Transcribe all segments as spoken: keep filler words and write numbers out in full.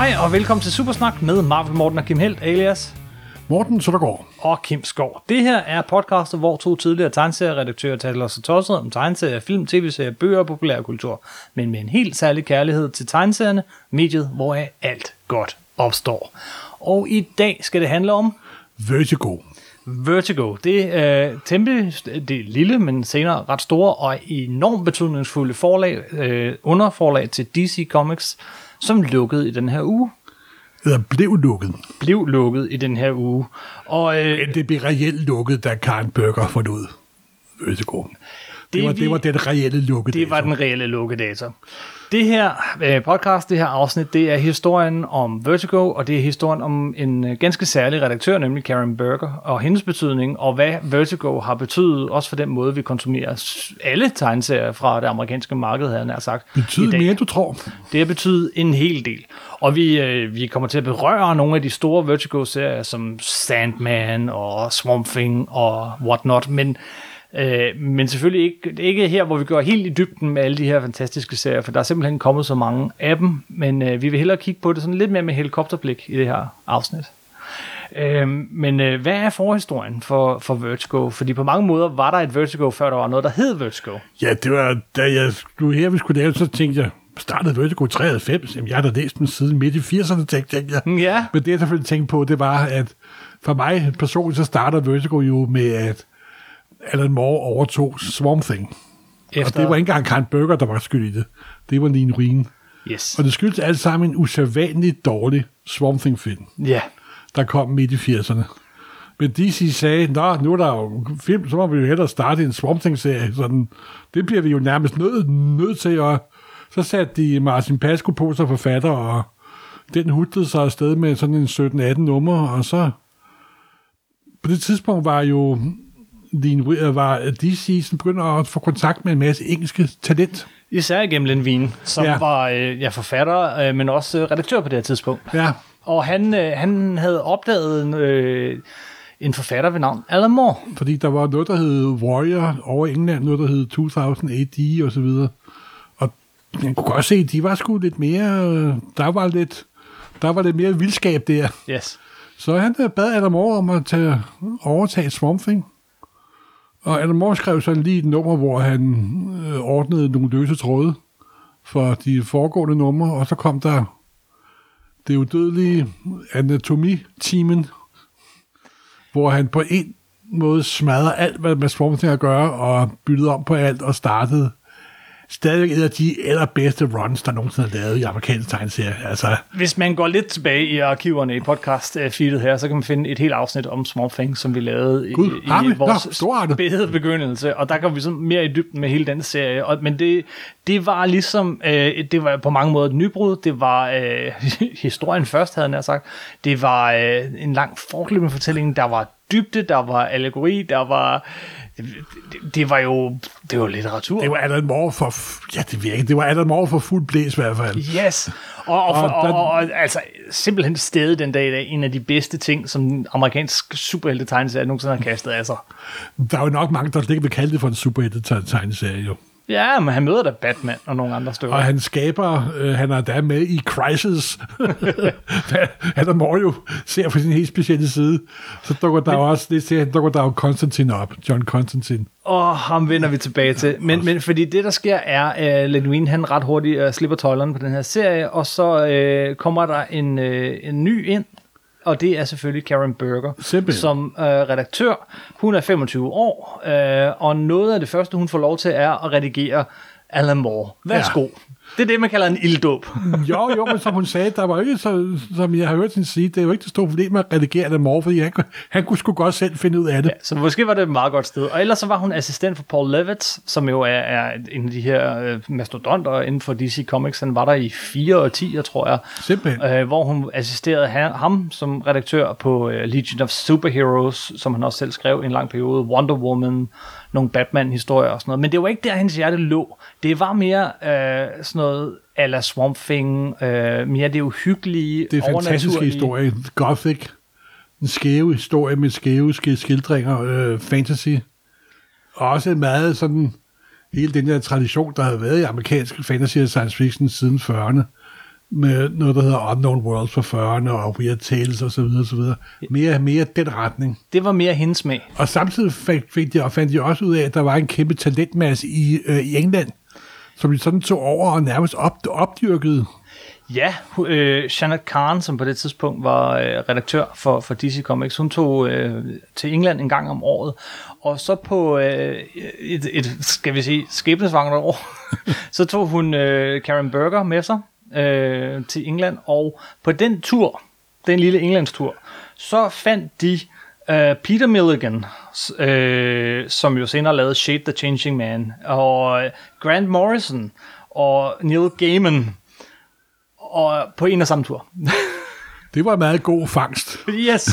Hej og velkommen til Supersnak med Marvel Morten og Kim Helt, alias Morten Søndergaard og Kim Skov. Det her er podcastet, hvor to tidligere tegneserieredaktører taler sig tosset om tegneserier, film, tv-serier, bøger og populærkultur, men med en helt særlig kærlighed til tegneserierne, mediet, hvor alt godt opstår. Og i dag skal det handle om Vertigo. Vertigo, det er temmelig, det er lille, men senere ret store og enormt betydningsfulde forlag, øh, underforlag til D C Comics, som lukkede i den her uge. Eller blev lukket. Blev lukket i den her uge. Og, øh, det blev reelt lukket, da Karen Berger forlod Vertigo. Det, det, var, vi, det var den reelle lukkedato. Det var den reelle lukkedato. Det her øh, podcast, det her afsnit, det er historien om Vertigo, og det er historien om en øh, ganske særlig redaktør, nemlig Karen Berger, og hendes betydning, og hvad Vertigo har betydet, også for den måde, vi konsumerer alle tegneserier fra det amerikanske marked, havde han sagt. Betyder mere, end du tror. Det har betydet en hel del. Og vi, øh, vi kommer til at berøre nogle af de store Vertigo-serier, som Sandman og Swamp Thing og whatnot, men Øh, men selvfølgelig ikke, ikke her, hvor vi går helt i dybden med alle de her fantastiske serier, for der er simpelthen kommet så mange af dem, men øh, vi vil hellere kigge på det sådan lidt mere med helikopterblik i det her afsnit. Øh, men øh, hvad er forhistorien for, for Vertigo? Fordi på mange måder var der et Vertigo, før der var noget, der hed Vertigo. Ja, det var, da jeg skulle her, vi skulle lave, så tænkte jeg, startede Vertigo i treoghalvfems, jamen jeg har da læst dem siden midt i firserne, tænkte jeg. Ja. Men det jeg selvfølgelig tænkte på, det var, at for mig personligt, så starter Vertigo jo med, at Alan Moore overtog Swamp Thing. Efter... Og det var ikke engang Karen Berger, der var skyld i det. Det var Leen Wein. Yes. Og det skyldtes alt sammen en usædvanligt dårlig Swamp Thing-film, yeah. der kom midt i firserne. Men D C sagde, nå, nu er der jo film, så må vi jo hellere starte en Swamp Thing-serie. Sådan, det bliver vi jo nærmest nødt, nødt til, og så satte de Martin Pasco på som forfatter, og den hudlede sig afsted med sådan en sytten atten numre, og så på det tidspunkt var jo var D C begynder at få kontakt med en masse engelske talent. Især igennem Leen Wein, som ja. var øh, ja, forfatter, øh, men også øh, redaktør på det her tidspunkt. Ja. Og han, øh, han havde opdaget øh, en forfatter ved navn Alan Moore. Fordi der var noget, der hed Warrior over England, noget, der hed to tusind A D og så videre. Og man kunne godt se, at de var sgu lidt mere, der var lidt, der var lidt mere vildskab der. Yes. Så han bad Alan Moore om at tage, overtage Swamp Thing. Og Alan Moore skrev sådan lige et nummer, hvor han øh, ordnede nogle løse tråde for de foregående numre, og så kom der det udødelige anatomi-teamen, hvor han på en måde smadrede alt, hvad man Swamp Thing at gøre, og byttede om på alt, og startede stadigvæk et af de allerbedste runs, der nogensinde er lavet i amerikansk tegneserie. Altså, hvis man går lidt tilbage i arkiverne i podcast-feedet her, så kan man finde et helt afsnit om Swamp Thing, som vi lavede God, i, i vores Nå, spæde begyndelse, og der kom vi sådan mere i dybden med hele den serie. Og, men det, det var ligesom, øh, det var på mange måder et nybrud. Det var øh, historien først, havde jeg sagt. Det var øh, en lang fortløbende fortælling. Der var dybde, der var allegori, der var... Det, det, det var jo det var litteratur. Det var Alan Moore for ja, det virkede. Det var Alan Moore for fuld blæs i hvert fald. Yes. Og, og, og, og, og, og altså simpelthen stedet den dag i dag en af de bedste ting, som amerikansk superhelte-tegneserie nogensinde har kastet af sig. Der er jo nok mange, der ikke vil kalde det for en superhelte-tegneserie, jo. Ja, men han møder da Batman og nogle andre stykker. Og han skaber, øh, han er der med i Crisis. Han må jo ser på sin helt specielle side. Så dukker der men, også, det ser, dukker der jo Constantine op, John Constantine. Og ham vender vi tilbage til. Men, men fordi det, der sker, er, at Leen Wein, han ret hurtigt uh, slipper tøjlerne på den her serie, og så uh, kommer der en, uh, en ny ind, og det er selvfølgelig Karen Berger, Simpelthen. som øh, redaktør. Hun er femogtyve år, øh, og noget af det første, hun får lov til, er at redigere Alan Moore. Værsgo. Ja. Det er det, man kalder en ilddåb. jo, jo, men som hun sagde, der var ikke, så, som jeg har hørt hende sige, det er jo ikke det store problem at redigere Alan Moore, fordi han, han kunne sgu godt selv finde ud af det. Ja, så måske var det et meget godt sted. Og ellers så var hun assistent for Paul Levitz, som jo er, er en af de her øh, mastodonter inden for D C Comics. Han var der i fire og ti, jeg tror jeg. Simpelthen. Øh, hvor hun assisterede ham som redaktør på øh, Legion of Superheroes, som han også selv skrev i en lang periode, Wonder Woman, nogle Batman-historier og sådan noget. Men det var ikke der, hendes hjerte lå. Det var mere øh, sådan noget a la Swamp Thing, øh, mere det uhyggelige, det er fantastiske historie. Gothic, en skæve historie med skæve skildringer, øh, fantasy. Og også meget sådan, hele den der tradition, der har været i amerikansk fantasy og science fiction siden fyrrerne. med noget, der hedder Unknown Worlds for fyrrerne, og Weird Tales og så videre, og så videre. Mere, mere den retning. Det var mere hendes smag. Og samtidig fik, fik de, og fandt de også ud af, at der var en kæmpe talentmasse i, øh, i England, som de sådan tog over og nærmest op, opdyrkede. Ja, øh, Janet Khan, som på det tidspunkt var øh, redaktør for, for D C Comics, hun tog øh, til England en gang om året, og så på øh, et, et, skal vi sige, skæbnesvangert år, så tog hun øh, Karen Berger med sig øh, til England, og på den tur, den lille Englandstur, så fandt de øh, Peter Milligan, øh, som jo senere lavede Shade the Changing Man, og Grant Morrison, og Neil Gaiman, og på en og samme tur. Det var en meget god fangst. Yes.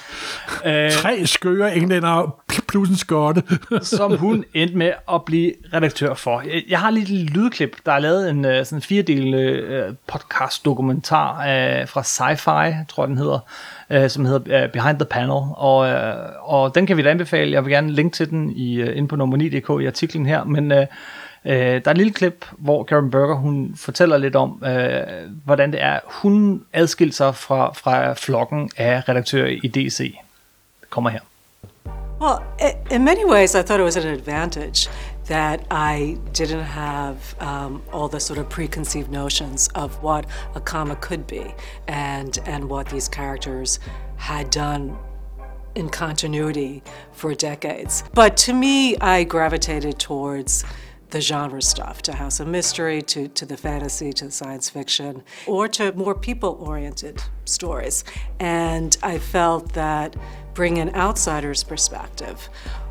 Tre skøre englændere plus en skotte. Som hun endte med at blive redaktør for. Jeg har lige et lille lydklip. Der er lavet en sådan fire-del podcast-dokumentar fra Sci-Fi, tror jeg den hedder, som hedder Behind the Panel. Og, og den kan vi da anbefale. Jeg vil gerne linke til den i, inde på nummer ni punktum d k i artiklen her. Men Uh, der er et lille klip, hvor Karen Berger, hun fortæller lidt om, uh, hvordan det er, hun adskilte sig fra, fra flokken af redaktører i D C. Det kommer her. Well, in many ways, I thought it was an advantage that I didn't have um, all the sort of preconceived notions of what a comic could be and, and what these characters had done in continuity for decades. But to me, I gravitated towards the genre stuff, to House of Mystery, to, to the fantasy, to the science fiction, or to more people-oriented stories. And I felt that bringing an outsider's perspective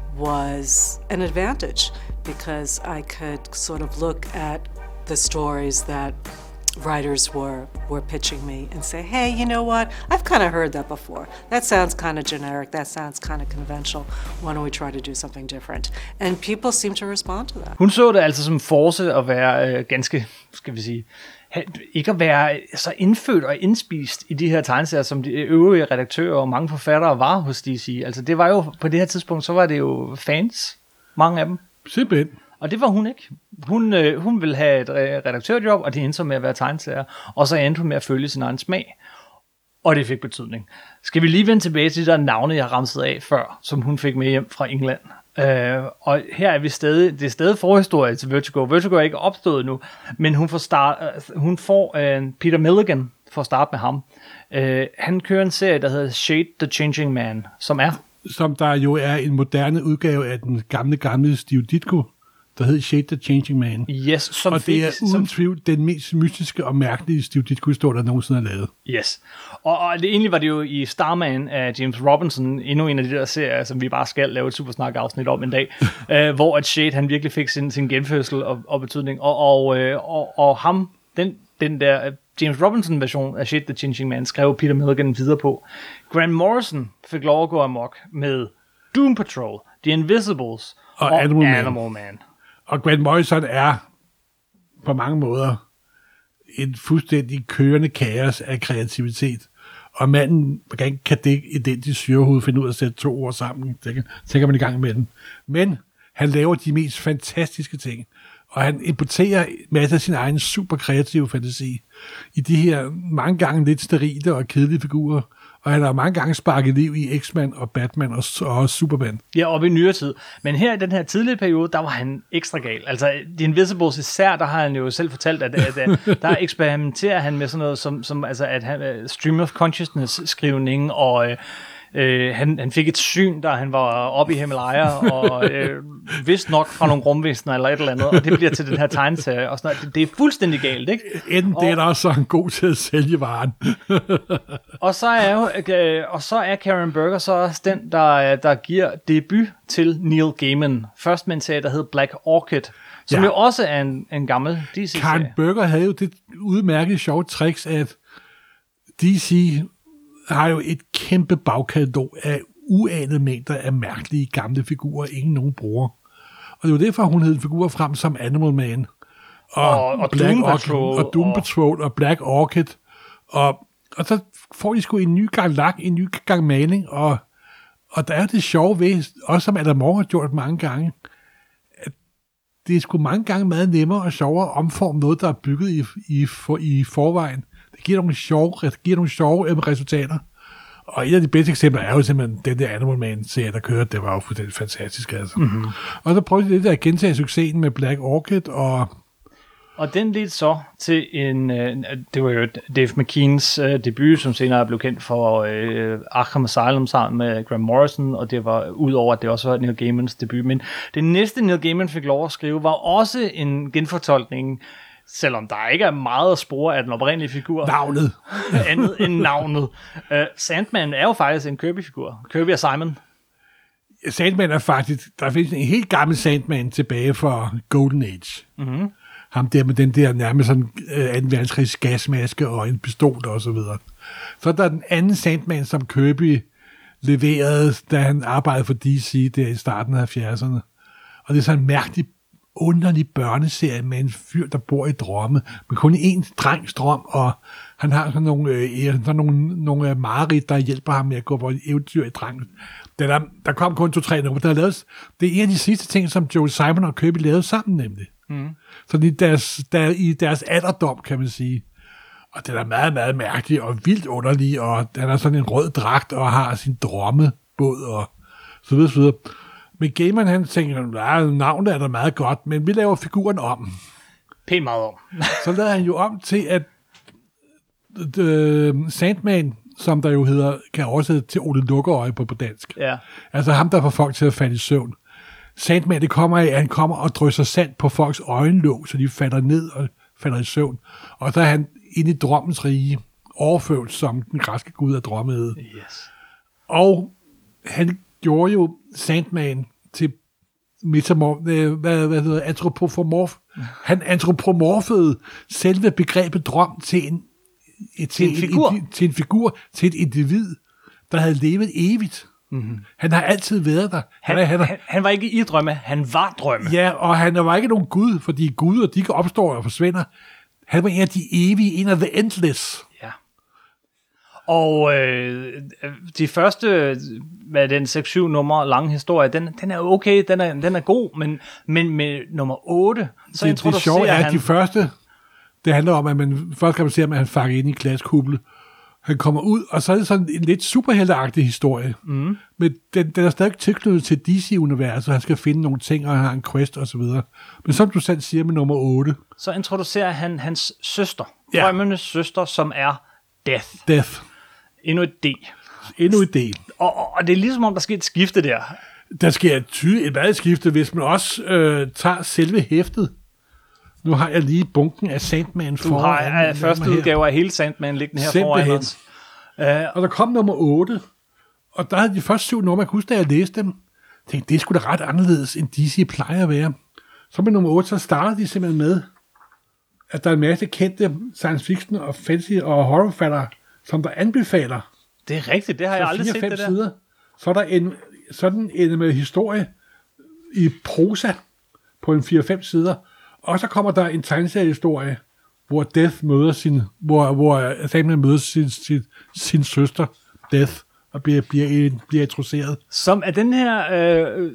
was an advantage because I could sort of look at the stories that writers were were pitching me and say, hey, you know what? I've kind of heard that before. That sounds kind of generic. That sounds kind of conventional. Why don't we try to do something different? And people seem to respond to that. Hun så det altså som force at være øh, ganske, skal vi sige, ikke at være så indfødt og indspist i de her tegneserier, som de øvrige redaktører og mange forfattere var hos D C. Altså det var jo, på det her tidspunkt, så var det jo fans, mange af dem. Simpelthen. Og det var hun ikke. Hun, øh, hun ville have et redaktørjob, og det endte så med at være tegneserier, og så endte hun med at følge sin egen smag. Og det fik betydning. Skal vi lige vende tilbage til de der navne, jeg ramsede af før, som hun fik med hjem fra England. Øh, og her er vi stadig, det er stadig forhistorie til Vertigo. Vertigo er ikke opstået nu, men hun får, start, hun får øh, Peter Milligan for at starte med ham. Øh, han kører en serie, der hedder Shade the Changing Man, som er... Som der jo er en moderne udgave af den gamle, gamle Steve Ditko, der hedder Shade the Changing Man. Yes, som og fik, det er uden som, tvivl den mest mystiske og mærkelige Steve Ditko-historie, der nogensinde er lavet. Yes. Og, og det, egentlig var det jo i Starman af James Robinson, endnu en af de der serier, som vi bare skal lave et supersnak-afsnit om en dag, øh, hvor at Shade, han virkelig fik sin, sin genfødsel og, og betydning. Og, og, øh, og, og ham, den, den der James Robinson-version af Shade the Changing Man, skrev Peter Milligan videre på. Grant Morrison fik lov at gå amok med Doom Patrol, The Invisibles og, og Animal, Man. Animal Man. Og Grant Morrison er på mange måder en fuldstændig kørende kaos af kreativitet. Og manden kan, kan det identisk syrehoved finde ud af at sætte to ord sammen. Det tænker man i gang med den. Men han laver de mest fantastiske ting. Og han importerer masser af sin egen super kreative fantasi i de her mange gange lidt sterile og kedelige figurer. Og han har mange gange sparket liv i X-Men og Batman og, og Superman. Ja, op i nyere tid. Men her i den her tidlige periode, der var han ekstra gal. Altså, The Invisibles især, der har han jo selv fortalt, at, at, at der eksperimenterer han med sådan noget som, som altså, at han, stream of consciousness-skrivning, og øh, øh, han, han fik et syn, da han var oppe i Himalaya, og øh, vist nok fra nogle rumvæsener eller et eller andet, og det bliver til den her tegneserie. Og sådan, det, det er fuldstændig galt, ikke? Enten det er der så en god til at sælge varen. Og så er jo, øh, og så er Karen Berger så også den, der, der giver debut til Neil Gaiman. Først med en serie, der hed Black Orchid, som ja. jo også er en, en gammel D C-serie. Karen Berger havde jo det udmærkede sjove tricks, at D C har jo et kæmpe bagkatalog af uanede mængder af mærkelige gamle figurer, ingen nogen bruger. Og det var derfor, hun hed figurer frem som Animal Man, og, og, og Black Doom Orchid, Patrol, og Doom Patrol, og, og Black Orchid, og, og så får de sgu en ny gang lak, en ny gang maling, og, og der er det sjove ved, også som Adam Moore har gjort mange gange, at det er sgu mange gange meget nemmere og sjovere at omforme noget, der er bygget i, i, for, i forvejen, Det giver nogle sjove, det giver nogle sjove øh, resultater. Og et af de bedste eksempler er jo simpelthen den der Animal Man-serie, der kørte. Det var jo fuldstændig fantastisk, altså. Mm-hmm. Og så prøvede de det der at gentage succesen med Black Orchid, og... Og den ledte så til en... Øh, det var jo Dave McKeans øh, debut, som senere blev kendt for øh, Arkham Asylum sammen med Grant Morrison, og det var udover, at det også var Neil Gaimans debut. Men det næste, Neil Gaiman fik lov at skrive, var også en genfortolkning, selvom der ikke er meget at spore af den oprindelige figur. Navnet. andet end navnet. Uh, Sandman er jo faktisk en Kirby-figur. Kirby og Simon. Sandman er faktisk... Der findes en helt gammel Sandman tilbage fra Golden Age. Mm-hmm. Ham der med den der nærmest sådan uh, anden verdenskrigs gasmaske og en pistol og så videre. Så er der den anden Sandman, som Kirby leverede, da han arbejdede for D C der i starten af halvfjerdserne. Og det er sådan en mærkelig underlig børneserie med en fyr, der bor i drømme, med kun én drengs drøm, og han har sådan nogle, øh, sådan nogle, nogle mareridt, der hjælper ham med at gå på et eventyr i drengen. Der, der kom kun to-tre numre, der er lavet. Det er en af de sidste ting, som Joe Simon og Kirby lavede sammen, nemlig. Mm. Så i deres, der, i deres alderdom, kan man sige. Og den er meget, meget mærkelig og vildt underlig, og den er sådan en rød dragt, og har sin drømmebåd, og så videre, så videre. Men Gaiman, han tænker, at navnet er der meget godt, men vi laver figuren om. Pænt meget om. Så lavede han jo om til, at uh, Sandman, som der jo hedder, kan oversætte til Ole Lukkerøje på, på dansk. Ja. Altså ham, der får folk til at falde i søvn. Sandman, det kommer af, at han kommer og drysser sand på folks øjenlåg, så de falder ned og falder i søvn. Og så er han inde i drømmens rige, overført som den græske gud af drømmehed. Yes. Og han gjorde jo Sandman til metamorf, hvad, hvad hedder, antropomorf. Han antropomorfede selve begrebet drøm til en, til, en figur. En, til en figur, til et individ, der havde levet evigt. Mm-hmm. Han har altid været der. Han, han, han, han, han var ikke i drømme, han var drømme. Ja, og han var ikke nogen gud, fordi guder, de kan opstå og forsvinder. Han var en af de evige, en af the endless. Ja. Og øh, de første, hvad er den, seks syv numre lange historie, den, den er okay, den er, den er god, men, men med nummer otte, så det, introducerer det sjove er, han... at de første, det handler om, at man først kan man se, at han fanger ind i glaskuble. Han kommer ud, og så er det sådan en lidt superhelteagtig historie. Mm. Men den, den er stadig tilknyttet til D C-universet, han skal finde nogle ting, og han har en quest og så videre. Men som du selv siger med nummer otte... Så introducerer han hans søster, ja. drømmenes søster, som er Death. Death. Endnu et D. Endnu et D. Og, og, og det er ligesom om, der sker et skifte der. Der sker et, ty- et meget skifte, hvis man også øh, tager selve hæftet. Nu har jeg lige bunken af Sandman foran. Du har uh, første udgave af hele Sandman liggende her Simpelthen. foran os. Uh, og der kom nummer otte, og der havde de første syv numre, jeg kunne huske, da jeg læste dem, tænkte, det skulle da ret anderledes, end D C plejer at være. Så med nummer otte, så startede de simpelthen med, at der er en masse kendte science fiction og fantasy og horrorfatter, som der anbefaler. Det er rigtigt, det har så jeg aldrig set det der. Sider. Så er der en, sådan en med historie i prosa på en fire fem sider, og så kommer der en tegneseriehistorie, hvor Death møder sin, hvor, hvor Sandman møder sin, sin, sin søster, Death, og bliver, bliver, bliver introduceret. Som er den her øh,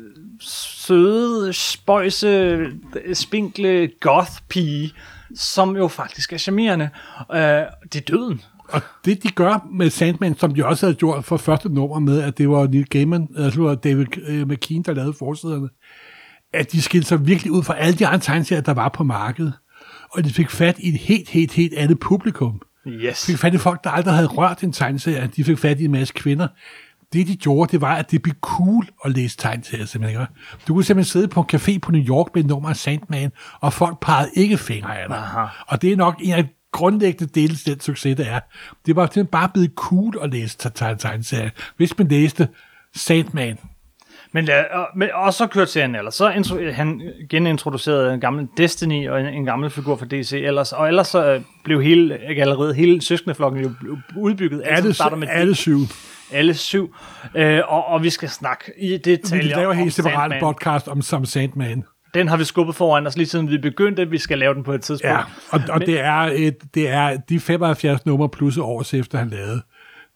søde, spøjse, spinkle goth-pige, som jo faktisk er charmerende. Øh, det er døden. Og det, de gør med Sandman, som de også havde gjort for første nummer med, at det var Neil Gaiman, altså David McKean, der lavede forsiderne, at de skilte sig virkelig ud fra alle de andre tegneserier, der var på markedet. Og de fik fat i et helt, helt, helt andet publikum. Yes. De fik fat i folk, der aldrig havde rørt en tegneserie. De fik fat i en masse kvinder. Det, de gjorde, det var, at det blev cool at læse tegneserier, simpelthen. Du kunne simpelthen sidde på en café på New York med et nummer af Sandman, og folk pegede ikke fingre af dig. Aha. Og det er nok en af grundlæggende dele af den succes, der er. Det var simpelthen bare blevet cool at læse tegneserier. Hvis man læste Sandman. Men, men og så kørte serien ellers. Så intro, han genintroducerede en gammel Destiny og en, en gammel figur for D C ellers. Og ellers så blev hele galleriet, hele søskendeflokken jo udbygget. Alle, med alle syv. Alle syv. Øh, og, og vi skal snakke i detaljer. Vi laver helt separat podcast om som Sandman. Den har vi skubbet foran os lige siden vi begyndte. Vi skal lave den på et tidspunkt. Ja, og, og Men, det, er et, det er de femoghalvfjerds numre plus års efter han lavede.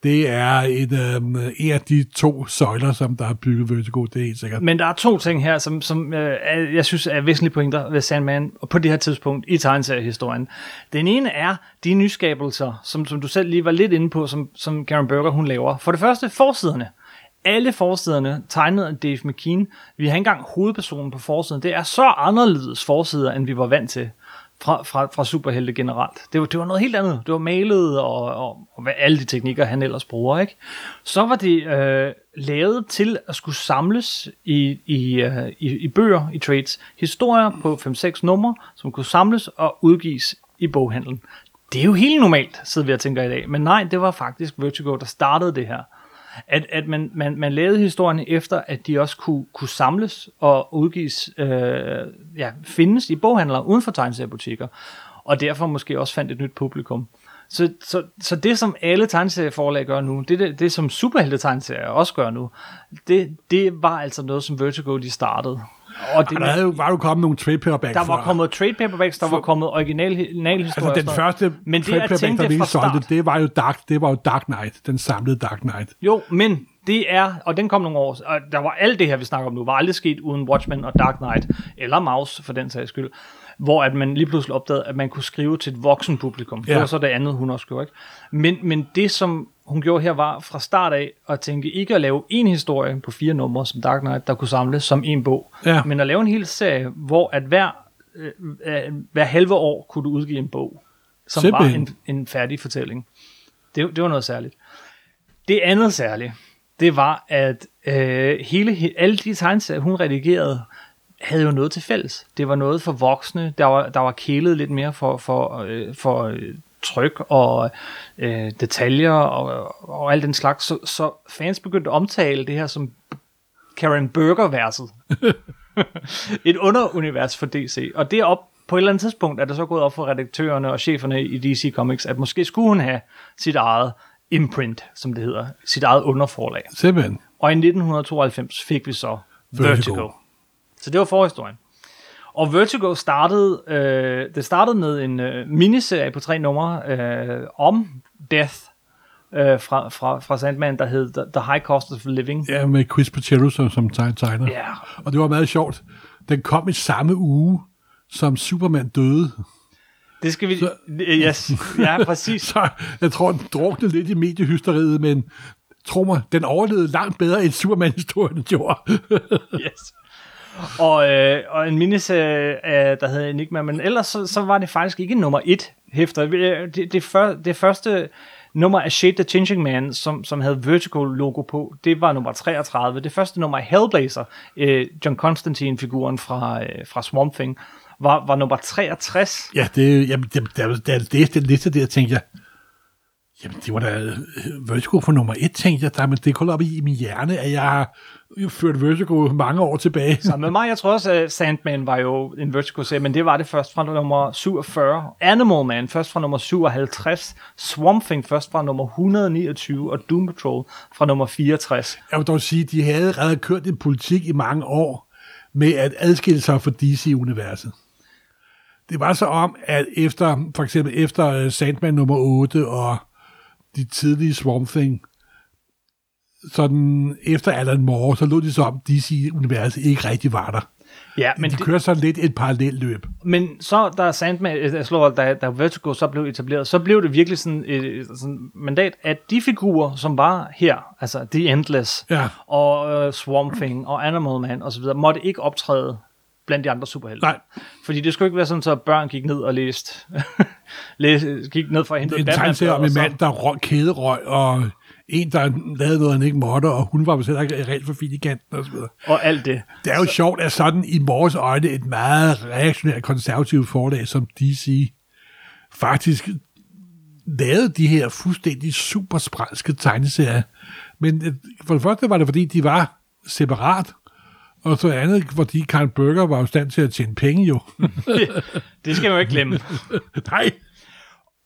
det er et, øhm, en af de to søjler, som der har bygget Vertigo, det er helt sikkert. Men der er to ting her, som, som øh, jeg synes er væsentlige pointer ved Sandman på det her tidspunkt i tegneseriehistorien. Den ene er de nyskabelser, som, som du selv lige var lidt inde på, som, som Karen Berger hun laver. For det første, forsiderne. Alle forsiderne tegnet af Dave McKean. Vi har ikke engang hovedpersonen på forsiden. Det er så anderledes forsider, end vi var vant til fra, fra, fra superhelte generelt. Det var, det var noget helt andet. Det var malet og, og, og hvad alle de teknikker, han ellers bruger. Ikke? Så var det øh, lavet til at skulle samles i, i, øh, i, i bøger, i trades. Historier på fem seks numre, som kunne samles og udgives i boghandlen. Det er jo helt normalt, sidder vi og tænker i dag. Men nej, det var faktisk Vertigo, der startede det her. At, at man, man, man lavede historierne efter, at de også kunne, kunne samles og udgives, øh, ja, findes i boghandler uden for tegneseriebutikker, og derfor måske også fandt et nyt publikum. Så, så, så det, som alle tegneserieforlag gør nu, det, det, det som superhelte-tegneserier også gør nu, det, det var altså noget, som Vertigo de startede. Og det, der havde jo, var jo kommet nogle trade paperbacks. Der var før. kommet trade paperbacks, der for, var kommet originalhistorier. Altså den første men trade paperback, der vi solgte, det var jo Dark, det var jo Dark Knight, den samlede Dark Knight. Jo, men det er, og den kom nogle år, og der var alt det her, vi snakker om nu, var aldrig sket uden Watchmen og Dark Knight, eller Mouse for den sags skyld, hvor at man lige pludselig opdagede, at man kunne skrive til et voksen publikum. Ja. Det var så det andet, hun også gjorde, ikke? Men, men det, som hun gjorde her, var fra start af at tænke ikke at lave en historie på fire numre som Dark Knight, der kunne samles som en bog, ja. men at lave en hel serie, hvor at hver, øh, hver halve år kunne du udgive en bog, som Simpelthen. var en, en færdig fortælling. Det, det var noget særligt. Det andet særlige, det var, at øh, hele, alle de tegneserier, hun redigerede, havde jo noget til fælles. Det var noget for voksne, der var, der var kælet lidt mere for, for, øh, for øh, tryk og øh, detaljer og, og alt den slags. Så, så fans begyndte at omtale det her som Karen Berger-verset. Et underunivers for D C. Og det er op på et eller andet tidspunkt, er det så gået op for redaktørerne og cheferne i D C Comics, at måske skulle hun have sit eget imprint, som det hedder, sit eget underforlag. Simpelthen. Og i nitten tooghalvfems fik vi så Vertigo. Vertigo. Så det var forhistorien. Og Vertigo startede, øh, det startede med en øh, miniserie på tre numre øh, om Death øh, fra, fra, fra Sandman, der hed The, The High Cost of Living. Ja, med Chris Pacheco som, som tegner. Ja. Og det var meget sjovt. Den kom i samme uge, som Superman døde. Det skal vi... Så, yes, ja, præcis. Så jeg tror, den druknede lidt i mediehysteriet, men tro mig, den overlevede langt bedre end Superman-historien gjorde. Yes. Og, øh, og en miniserie, øh, der hedder Enigma, men ellers så, så var det faktisk ikke nummer et hæfter. Det, det, før, det første nummer af Shade the Changing Man, som, som havde Vertigo-logo på, det var nummer treogtredive. Det første nummer af Hellblazer, øh, John Constantine-figuren fra, øh, fra Swamp Thing, var, var nummer treogtres. Ja, det, jamen, det, det, det, det, det liste der, tænkte jeg, jamen det var da Vertigo for nummer et, tænkte jeg, der, men det kolder op i, i min hjerne, at jeg har ført Vertigo mange år tilbage. Sammen med mig, jeg tror også, at Sandman var jo en Vertigo-serie, men det var det først fra nummer syvogfyrre. Animal Man først fra nummer syvoghalvtreds. Swamp Thing først fra nummer et hundrede og niogtyve. Og Doom Patrol fra nummer fireogtres. Jeg vil dog sige, at de havde allerede kørt en politik i mange år med at adskille sig fra D C-universet. Det var så om, at efter, for eksempel efter Sandman nummer otte og de tidlige Swamp Thing, sådan efter Alan Moore, så lå de så om, D C-universet ikke rigtig var der. Ja, men de kører sådan lidt et parallelt løb. Men så, da Sandman, jeg slår, da, da Vertigo så blev etableret, så blev det virkelig sådan et sådan mandat, at de figurer, som var her, altså The Endless, ja. og uh, Swamp Thing, og Animal Man, og så videre, måtte ikke optræde blandt de andre superhelte. Nej. Fordi det skulle ikke være sådan, så børn gik ned og læste, læste gik ned for at hente en tegneserie om en mand, der røg, kæderøg, og en, der lavede noget, han ikke måtte, og hun var selv ikke rent for fint i kanten, og så videre. Og alt det. Det er jo så sjovt, at sådan i vores øjne et meget reaktionært konservativt forlag som D C faktisk lavede de her fuldstændig super sprælske tegneserier. Men for det første var det, fordi de var separat, og så andet, fordi Karen Berger var jo stand til at tjene penge, jo. det, det skal man jo ikke glemme. Nej.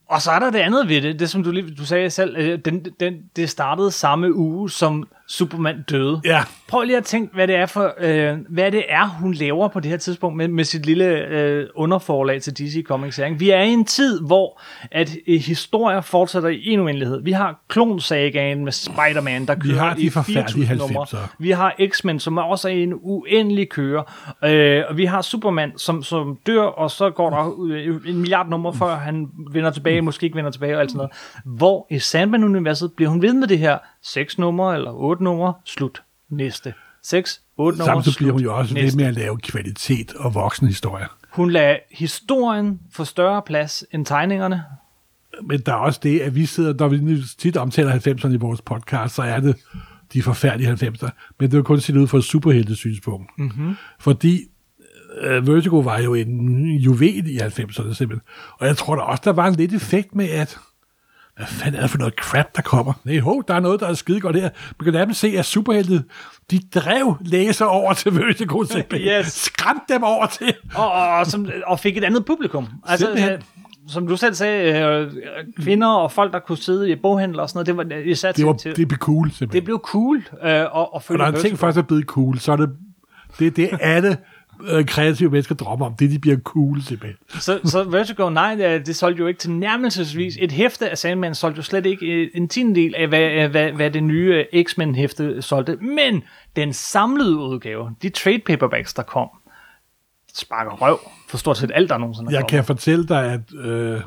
Og så er der det andet ved det, det som du, lige, du sagde selv, den, den, det startede samme uge, som Superman døde. Ja. Prøv lige at tænke, hvad det er for, øh, hvad det er, hun laver på det her tidspunkt med, med sit lille øh, underforlag til D C Comics-serien. Vi er i en tid, hvor at øh, historier fortsætter i en uendelighed. Vi har klonsagaen med Spider-Man, der kører har de i forfærdelige fire tusind numre. halvfemser. Vi har X-Men, som er også er en uendelig kører. Øh, og vi har Superman, som, som dør, og så går der øh, en milliard numre, før han vender tilbage, måske ikke vender tilbage og alt sådan noget. Hvor i Sandman-universet bliver hun ved med det her seks numre eller otte numre, slut. Næste. seks, otte numre, Samtidig bliver hun jo også næste. ved med at lave kvalitet og voksenhistorier. Hun lader historien få større plads end tegningerne. Men der er også det, at vi sidder, når vi nu tit omtaler halvfemserne i vores podcast, så er det de forfærdelige halvfemser. Men det er jo kun set ud fra et superheltesynspunkt. Mm-hmm. Fordi uh, Vertigo var jo en juvel i halvfemserne simpelthen. Og jeg tror da også, der var en lidt effekt med, at hvad fanden er det for noget crap, der kommer? Nej, ho, der er noget, der er skide godt her. Man kan nærmest se, at superhelte, de drev læser over til Vertigo simpelthen. Yes. Skræmte dem over til. Og, og, og, som, og fik et andet publikum. Altså, Simpelthen. som du selv sagde, øh, kvinder og folk, der kunne sidde i boghandler og sådan noget, det var især Det, var, til, det blev cool simpelthen. det blev cool øh, at, at Og følge når en Vertigo. ting først er blevet cool, så er det det, er det alle øh, kreative mennesker drømmer om. Det, de bliver cool simpelthen. Så, så Vertigo, nej, det, det solgte jo ikke til nærmelsesvis. Et hæfte af Sandman solgte jo slet ikke en tiendedel af, hvad, hvad, hvad det nye X-Men-hæfte solgte. Men den samlede udgave, de trade paperbacks, der kom, sparker røv for stort set alt, der nogensinde Jeg kom. kan fortælle dig, at øh,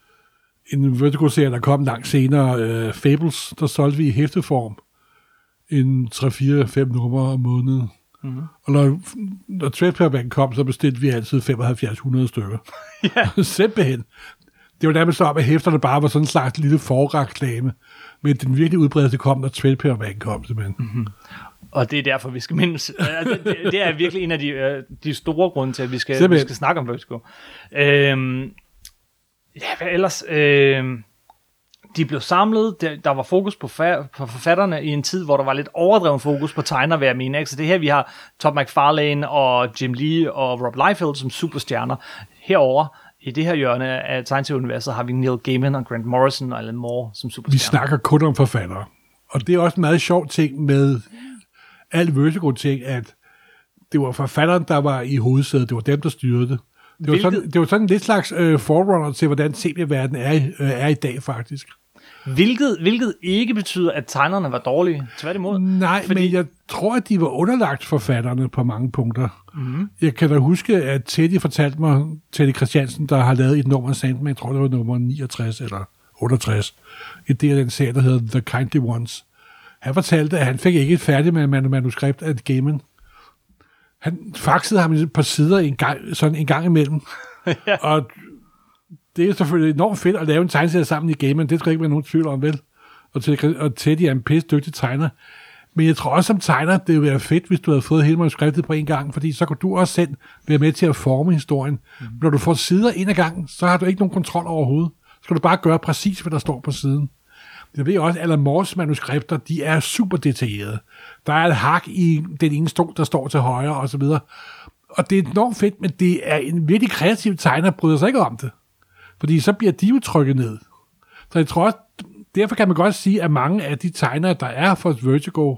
en Vertigo-serie, der kom langt senere, øh, Fables, der solgte vi i hæfteform en tre, fire, fem numre om måneden. Mm-hmm. Og når, når trade paperback kom, så bestilte vi altid femoghalvfjerds hundrede stykker. Ja. Simpelthen. Det var nærmest så om, at hæfterne bare var sådan en slags lille forreklame. Men den virkelig udbredelse kom, når trade paperback kom, simpelthen. Mm-hmm. Og det er derfor, vi skal mindes. det, det er virkelig en af de, de store grunde til, at vi skal, vi skal snakke om Vertigo. Øhm, ja, hvad ellers? Øhm, de blev samlet. Der, der var fokus på, fa- på forfatterne i en tid, hvor der var lidt overdreven fokus på tegner, hvad jeg mener. Ikke? Så det her, vi har Todd McFarlane og Jim Lee og Rob Liefeld som superstjerner. Herover i det her hjørne af tegneserieuniverset har vi Neil Gaiman og Grant Morrison og Alan Moore som superstjerner. Vi snakker kun om forfattere. Og det er også en meget sjov ting med alt Vertigo-ting, at det var forfatteren, der var i hovedsædet. Det var dem, der styrede det. Det var, sådan, det var sådan en lidt slags øh, forerunner til, hvordan T V-verdenen er, øh, er i dag, faktisk. Hvilket, hvilket ikke betyder, at tegnerne var dårlige. Tværtimod. Nej, Fordi... men jeg tror, at de var underlagt forfatterne på mange punkter. Mm-hmm. Jeg kan da huske, at Teddy fortalte mig, Teddy Christiansen, der har lavet et nummer af Sandman, jeg tror, det var nummer niogtres eller otteogtres, i det af den serie, der hedder The Kindly Ones. Han fortalte, at han fik ikke et færdigt manuskript af Gaiman. Han faxede ham et par sider en gang, sådan en gang imellem. Ja. Og det er selvfølgelig enormt fedt at lave en tegneserie sammen i Gaiman. Det skal ikke være nogen tvivl om, vel? Og, til, og Teddy er en pisse dygtig tegner. Men jeg tror også, som tegner, det ville være fedt, hvis du havde fået hele manuskriptet på en gang, fordi så kan du også selv være med til at forme historien. Mm. Når du får sider en af gangen, så har du ikke nogen kontrol overhovedet. Så skal du bare gøre præcis, hvad der står på siden. Jeg ved også, at Alan Moores manuskripter, de er super detaljerede. Der er et hak i den ene stol, der står til højre, og så videre. Og det er enormt fedt, men det er en virkelig kreativ tegner, der bryder sig ikke om det. Fordi så bliver de jo trykket ned. Så jeg tror også, derfor kan man godt sige, at mange af de tegnere, der er for Vertigo,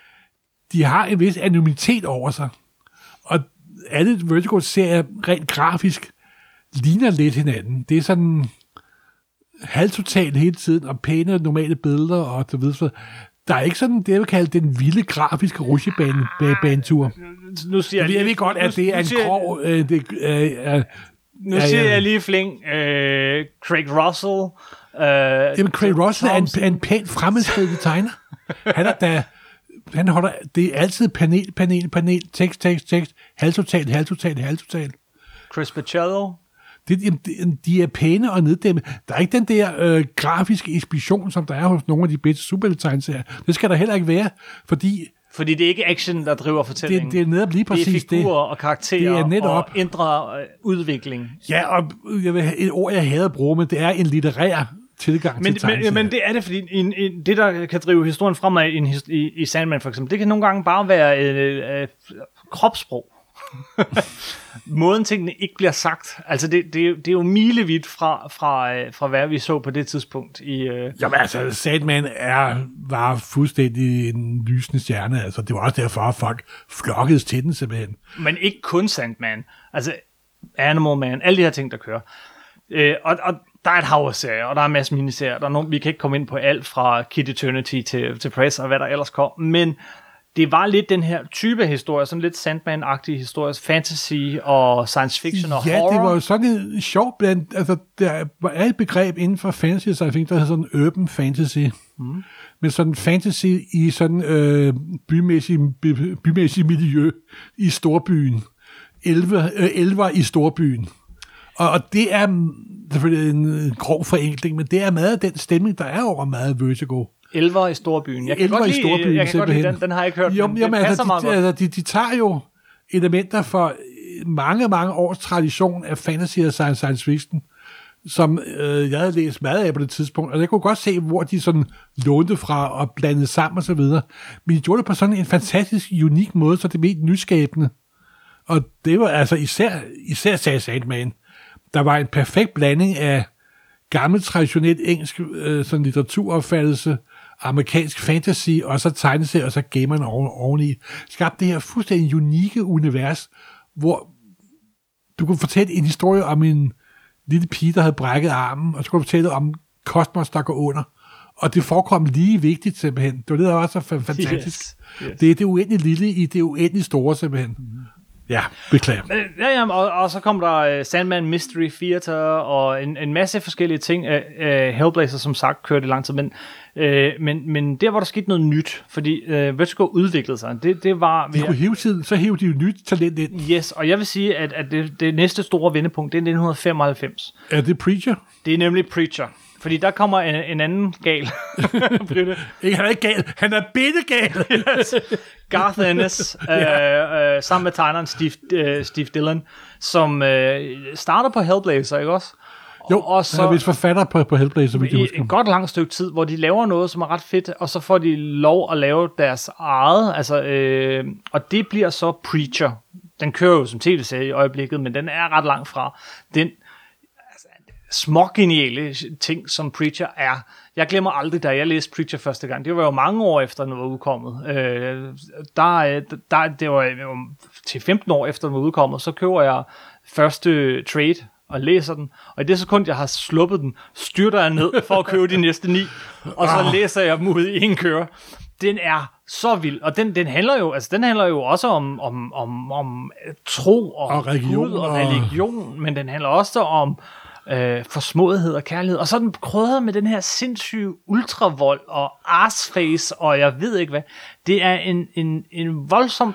de har en vis anonymitet over sig. Og alle Vertigo-serier rent grafisk ligner lidt hinanden. Det er sådan halvtotalt hele tiden, og pæne, normale billeder, og så videre. Der er ikke sådan det, jeg vil kalde den vilde grafiske rutsjebanetur. Nu siger jeg, jeg ved godt, at det er en grov... Øh, det, øh, øh, nu ja, siger ja. jeg lige fling. Øh, Craig Russell. Øh, Jamen, Craig Russell er en, en pænt fremmedskridende tegner. Han er da... Han holder... Det er altid panel, panel, panel, tekst, tekst, tekst, halvtotalt, halvtotalt, halvtotalt. Chris Bachalo. Det, de, de er pæne og neddæmme. Der er ikke den der øh, grafiske eksplosion, som der er hos nogle af de bedste superheltetegneserier. Det skal der heller ikke være, fordi... Fordi det er ikke action, der driver fortællingen. Det, det er netop lige præcis det. Det er figurer og karakterer det er netop. og indre øh, udvikling. Ja, og jeg vil have et ord, jeg hader at bruge, men det er en litterær tilgang men, til tegneserier. Men, men det er det, fordi en, en, det, der kan drive historien fremad i, i, i Sandman for eksempel, det kan nogle gange bare være øh, øh, kropssprog. måden tingene ikke bliver sagt. Altså, det, det, er, jo, det er jo milevidt fra, fra, fra, hvad vi så på det tidspunkt. I, øh... Jamen altså, Sandman er, var fuldstændig en lysende stjerne. Altså, det var også derfor, at folk flokkedes til den simpelthen. Men ikke kun Sandman. Altså, Animal Man, alle de her ting, der kører. Øh, og, og der er et hav af serier, og der er en masse miniserier. Der er nogen, vi kan ikke komme ind på alt fra Kid Eternity til, til Press og hvad der ellers kom. Men det var lidt den her type historie, sådan lidt Sandman-agtige historie, fantasy og science fiction og ja, horror. Ja, det var jo sådan en sjov blandt, altså der er et begreb inden for fantasy, så jeg think, der hedder sådan urban fantasy. Mm. Men sådan fantasy i sådan øh, bymæssig, by, bymæssig miljø i storbyen. Elver, øh, elver i storbyen. Og, og det er selvfølgelig en, en grov forenkling, men det er meget af den stemning, der er over meget Vertigo. Elver i storbyen. Jeg kan Elver godt i lide, storbyen, jeg kan godt lide den, den har jeg ikke hørt, jo, men jamen, det passer altså, meget de, godt. Altså, de, de tager jo elementer fra mange, mange års tradition af fantasy og science, science fiction, som øh, jeg havde læst meget af på det tidspunkt, og jeg kunne godt se, hvor de sådan lånte fra og blandede sammen og så videre. Men de gjorde det på sådan en fantastisk, unik måde, så det blev nyskabende. Og det var altså især, især sagde Sandman, der var en perfekt blanding af gammel, traditionelt engelsk øh, sådan litteraturopfattelse, amerikansk fantasy, og så tegneserie, og så gameren oven, oveni. Skabte det her fuldstændig unikke univers, hvor du kunne fortælle en historie om en lille pige, der havde brækket armen, og så kunne du fortælle om kosmos, der går under. Og det forekom lige vigtigt, simpelthen. Det var det, der var så fantastisk. Yes, yes. Det er det uendeligt lille i det uendeligt store, simpelthen. Mm-hmm. Ja, beklager. Ja, ja, og, og så kom der uh, Sandman Mystery Theater og en, en masse forskellige ting. Uh, uh, Hellblazer, som sagt, kørte i lang tid, men, uh, men, men der var der sket noget nyt, fordi uh, Vertigo udviklede sig. Det, det var... De kunne hele tiden, så hævde de jo nyt talent ind. Yes, og jeg vil sige, at, at det, det næste store vendepunkt, det er nitten femoghalvfems. Er det Preacher? Det er nemlig Preacher. Fordi der kommer en, en anden gal. Ikke, han er ikke gal, han er bittegal. Yes. Garth Ennis, ja. øh, øh, sammen med tegneren Steve, øh, Steve Dillon, som øh, starter på Hellblazer, ikke også? Jo, og så, han er vist forfatter på, på Hellblazer, hvis jeg husker. Et godt langt stykke tid, hvor de laver noget, som er ret fedt, og så får de lov at lave deres eget, altså, øh, og det bliver så Preacher. Den kører jo som tv-serie i øjeblikket, men den er ret langt fra den smågeniale ting, som Preacher er. Jeg glemmer aldrig, da jeg læste Preacher første gang. Det var jo mange år efter, den var udkommet. Øh, der, der, det var jo til femten år efter, den var udkommet, så køber jeg første trade og læser den, og i det sekund, jeg har sluppet den, styrter jeg ned for at købe de næste ni, og så læser jeg dem ud i en køre. Den er så vild, og den, den handler jo, altså den handler jo også om, om, om, om tro og, og religion, Gud og religion, men den handler også om Øh, forsmåethed og kærlighed, og så er den krydret med den her sindssyge ultravold og arsface, og jeg ved ikke hvad. Det er en, en, en voldsomt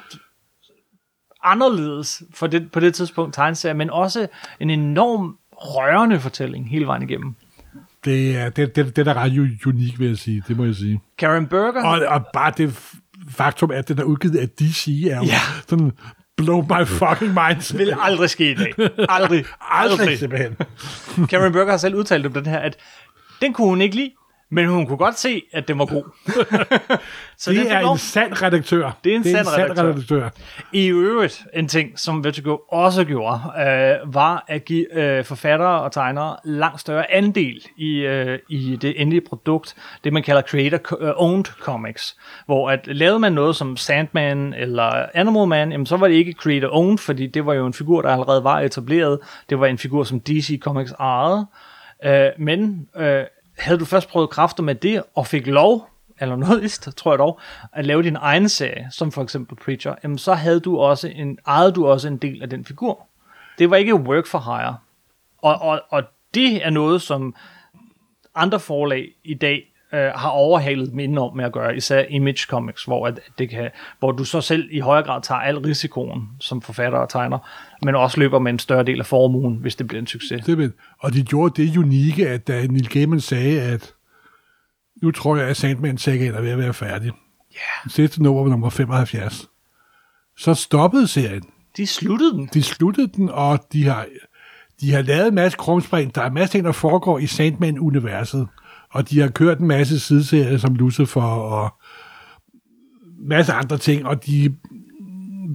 anderledes for det, på det tidspunkt tegneserie, men også en enorm rørende fortælling hele vejen igennem. Det er det, det, det er da ret unik, vil jeg sige, det må jeg sige. Karen Berger. Og, og bare det faktum, at den er udgivet af D C, er jo ja. sådan blow my fucking mind. Det vil aldrig ske i dag. Aldrig. Aldrig, simpelthen. Karen Berger har selv udtalt om den her, at den kunne hun ikke lide, men hun kunne godt se, at den var god. Så det er en sand redaktør. Det er en, det er en sand, sand redaktør. redaktør. I øvrigt, en ting, som Vertigo også gjorde, øh, var at give øh, forfattere og tegnere langt større andel i, øh, i det endelige produkt, det man kalder creator-owned comics, hvor at lavede man noget som Sandman eller Animal Man, jamen, så var det ikke creator-owned, fordi det var jo en figur, der allerede var etableret. Det var en figur, som D C Comics ejede. Øh, men øh, havde du først prøvet kræfter med det, og fik lov, eller noget ist, tror jeg dog, at lave din egen serie, som for eksempel Preacher, jamen så havde du også en, ejede du også en del af den figur. Det var ikke work for hire. Og, og, og det er noget, som andre forlag i dag øh, har overhalet minde om med at gøre, især Image Comics, hvor, at det kan, hvor du så selv i højere grad tager al risikoen som forfatter og tegner, men også løber med en større del af formuen, hvis det bliver en succes. Det, og de gjorde det unikke, at da Neil Gaiman sagde, at nu tror jeg, at Sandman-sagaen er ved at være færdig. Ja. Yeah. Sidste nummer var nummer femoghalvfjerds. Så stoppede serien. De sluttede den. De sluttede den, og de har, de har lavet en masse krumspring. Der er en masse ting, der foregår i Sandman-universet. Og de har kørt en masse sideserier som Lucifer og masse andre ting, og de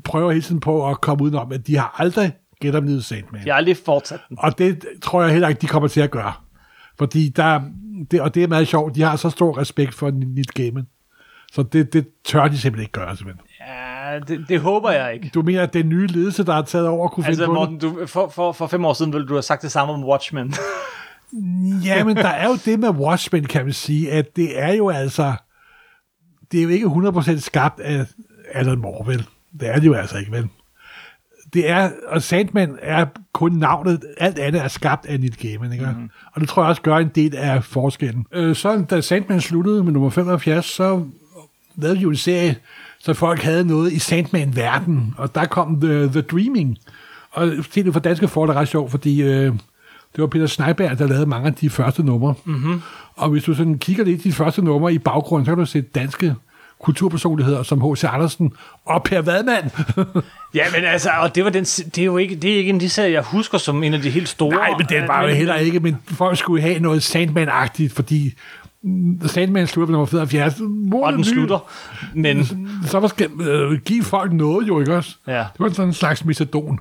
prøver hele tiden på at komme udenom, at de har aldrig genoplevet Sandman. Jeg har aldrig fortsat den. Og det tror jeg heller ikke, de kommer til at gøre. Fordi der, det, og det er meget sjovt, de har så stor respekt for Neil Gaiman. Så det, det tør de simpelthen ikke gøre, simpelthen. Ja, det, det håber jeg ikke. Du mener, at den nye ledelse, der er taget over, kunne altså, finde på Morten, du, for, for, for fem år siden ville du have sagt det samme om Watchmen. Ja, men der er jo det med Watchmen, kan man sige, at det er jo altså, det er jo ikke hundrede procent skabt af Alan Moore, vel? Det er det jo altså ikke, vel? Det er, og Sandman er kun navnet, alt andet er skabt af Neil Gaiman, ikke? Mm-hmm. Og det tror jeg også gør en del af forskellen. Øh, så da Sandman sluttede med nummer femoghalvfjerds, så lavede de jo en serie, så folk havde noget i Sandman-verden, og der kom The, The Dreaming. Og det for danske forhold er ret sjovt, fordi øh, det var Peter Snejberg, der lavede mange af de første numre. Mm-hmm. Og hvis du sådan kigger lidt i de første numre i baggrunden, så kan du se danske kulturpersonligheder som H C Andersen og Per Vadmand. Ja, men altså, og det var den, det er jo ikke, det er ikke en af de serier, jeg husker som en af de helt store. Nej, men det var jo heller ikke, men folk skulle have noget Sandman-agtigt, fordi Sandman slutter på nummer femoghalvfjerds. Og den slutter, men... Så var skal øh, give folk noget jo, ikke også? Ja. Det var sådan en slags metadon.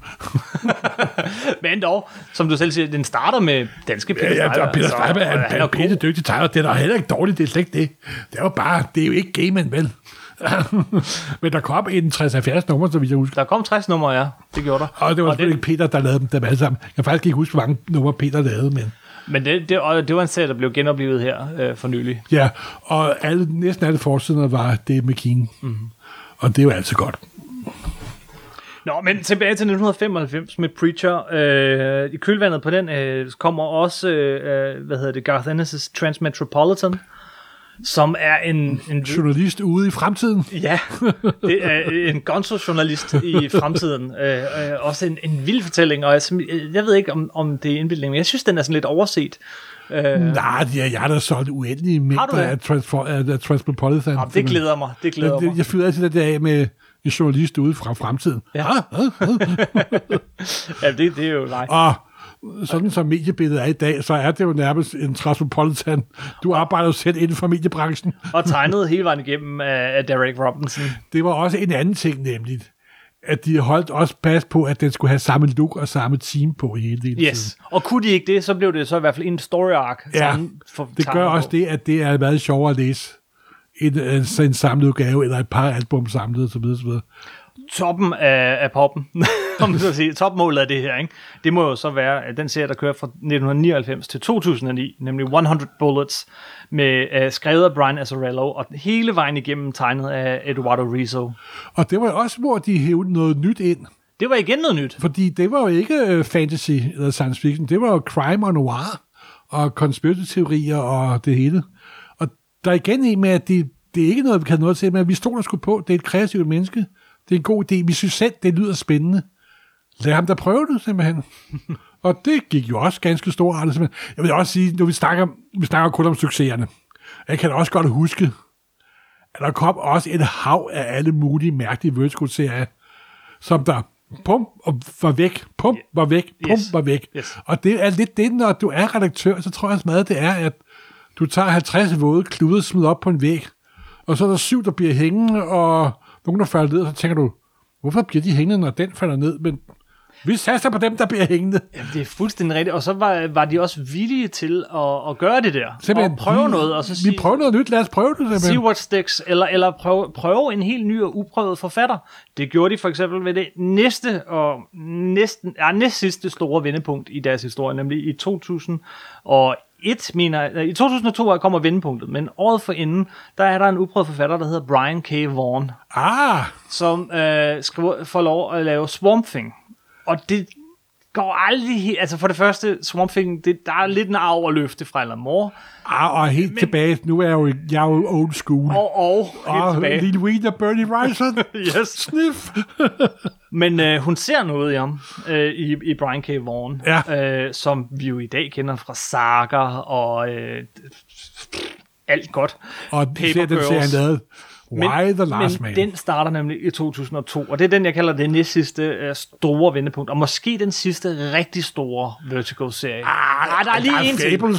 Men dog, som du selv siger, den starter med danske Peter Snejberg. Ja, ja, Peter Snejberg er, er en pænt dygtig tegner. Den er heller ikke dårlig, det er slet ikke det. Det er jo bare, det er jo ikke Gaiman, vel? Men der kom en tres halvfjerds nummer, så vidt jeg husker. Der kom tres numre, ja. Det gjorde der. Og det var og selvfølgelig det... ikke Peter, der lavede dem, dem alle sammen. Jeg kan faktisk ikke huske, hvor mange numre Peter lavede, men... Men det, det, og det var en serie, der blev genoplevet her øh, for nylig. Ja, og alle, næsten alle forsider var Dave McKean. Mm-hmm. Og det er jo altid godt. Nå, men tilbage til nitten femoghalvfems med Preacher. Øh, I kølvandet på den øh, kommer også, øh, hvad hedder det, Garth Ennis' Transmetropolitan, som er en... en journalist ude i fremtiden. Ja, det er en gonzo-journalist i fremtiden. Øh, øh, også en, en vild fortælling, og jeg, jeg ved ikke, om, om det er indbildning, men jeg synes, den er sådan lidt overset. Øh, Nej, jeg, jeg har da solgt uendelige mængder af, transfor, af Transmetropolitan. Ja, det glæder mig, det glæder jeg, mig. Jeg fylder altid det der af med en journalist ude fra fremtiden. Ja, ja det, det er jo nej. Og sådan som mediebilledet er i dag, så er det jo nærmest en Transmetropolitan. Du arbejder jo selv inden for mediebranchen. Og tegnet hele vejen igennem af Derek Robinson. Det var også en anden ting, nemlig, at de holdt også pas på, at den skulle have samme look og samme team på hele tiden. Yes, og kunne de ikke det, så blev det så i hvert fald en story arc. Ja, det gør også det, at det er meget sjovere at læse en, en, en samlet udgave, eller et par album samlet, osv. osv. Toppen af, af poppen, om man så sige. Topmålet af det her, ikke? Det må jo så være den serie, der kører fra nitten nioghalvfems til to tusind og ni, nemlig hundrede Bullets, med uh, skrevet af Brian Azzarello, og hele vejen igennem tegnet af Eduardo Rizzo. Og det var også, hvor de hævde noget nyt ind. Det var igen noget nyt. Fordi det var jo ikke uh, fantasy eller science fiction, det var jo crime og noir, og konspirationsteorier og det hele. Og der er igen en med, at det, det er ikke noget, vi kan noget til, men vi stoler sgu på, det er et kreativt menneske. Det er en god idé. Vi synes selv, det lyder spændende. Lad ham da prøve det, simpelthen. Og det gik jo også ganske storartet, simpelthen. Jeg vil også sige, når vi snakker, vi snakker kun om succeserne, jeg kan også godt huske, at der kom også et hav af alle mulige mærkelige Vertigo-serier, som der pum, og var væk, pum, var væk, pum, yes. var væk. Yes. Og det er lidt det, når du er redaktør, så tror jeg meget, det er, at du tager halvtreds våde kluder og smider op på en væg, og så er der syv, der bliver hængende, og nogen, der falder ned, og så tænker du, hvorfor bliver de hængende, når den falder ned? Men vi satser på dem, der bliver hængende. Jamen, det er fuldstændig rigtigt. Og så var, var de også villige til at, at gøre det der. Simpelthen, og prøve vi, noget. Og så sige, vi prøver noget nyt, lad os prøve det. Simpelthen. See what sticks. Eller, eller prøve, prøve en helt ny og uprøvet forfatter. Det gjorde de for eksempel ved det næste og næsten, ja, næst sidste store vendepunkt i deres historie, nemlig i to tusind og et, mener, i to tusind og to kommer vendepunktet, men året forinden, der er der en uprøvet forfatter, der hedder Brian K. Vaughan, ah. som øh, skriver, får lov at lave Swamp Thing. Og det går aldrig helt... Altså for det første, Swamp Thing, det, der er lidt en arv og løfte fra Alan Moore. Ah, og helt men, tilbage, nu er jeg jo, jeg er jo old school. Og, og helt og tilbage. Lille Weed og Bernie Wrightson. Yes. Sniff. Men øh, hun ser noget i ham, øh, i, i Brian K. Vaughan, ja. øh, som vi jo i dag kender fra Saga og øh, alt godt. Og Paper ser, den ser han lavet. Why men, the Last men Man? Den starter nemlig i to tusind og to, og det er den, jeg kalder det næst sidste uh, store vendepunkt, og måske den sidste rigtig store Vertigo-serie. Ah, ah, der er lige en ting. Fables.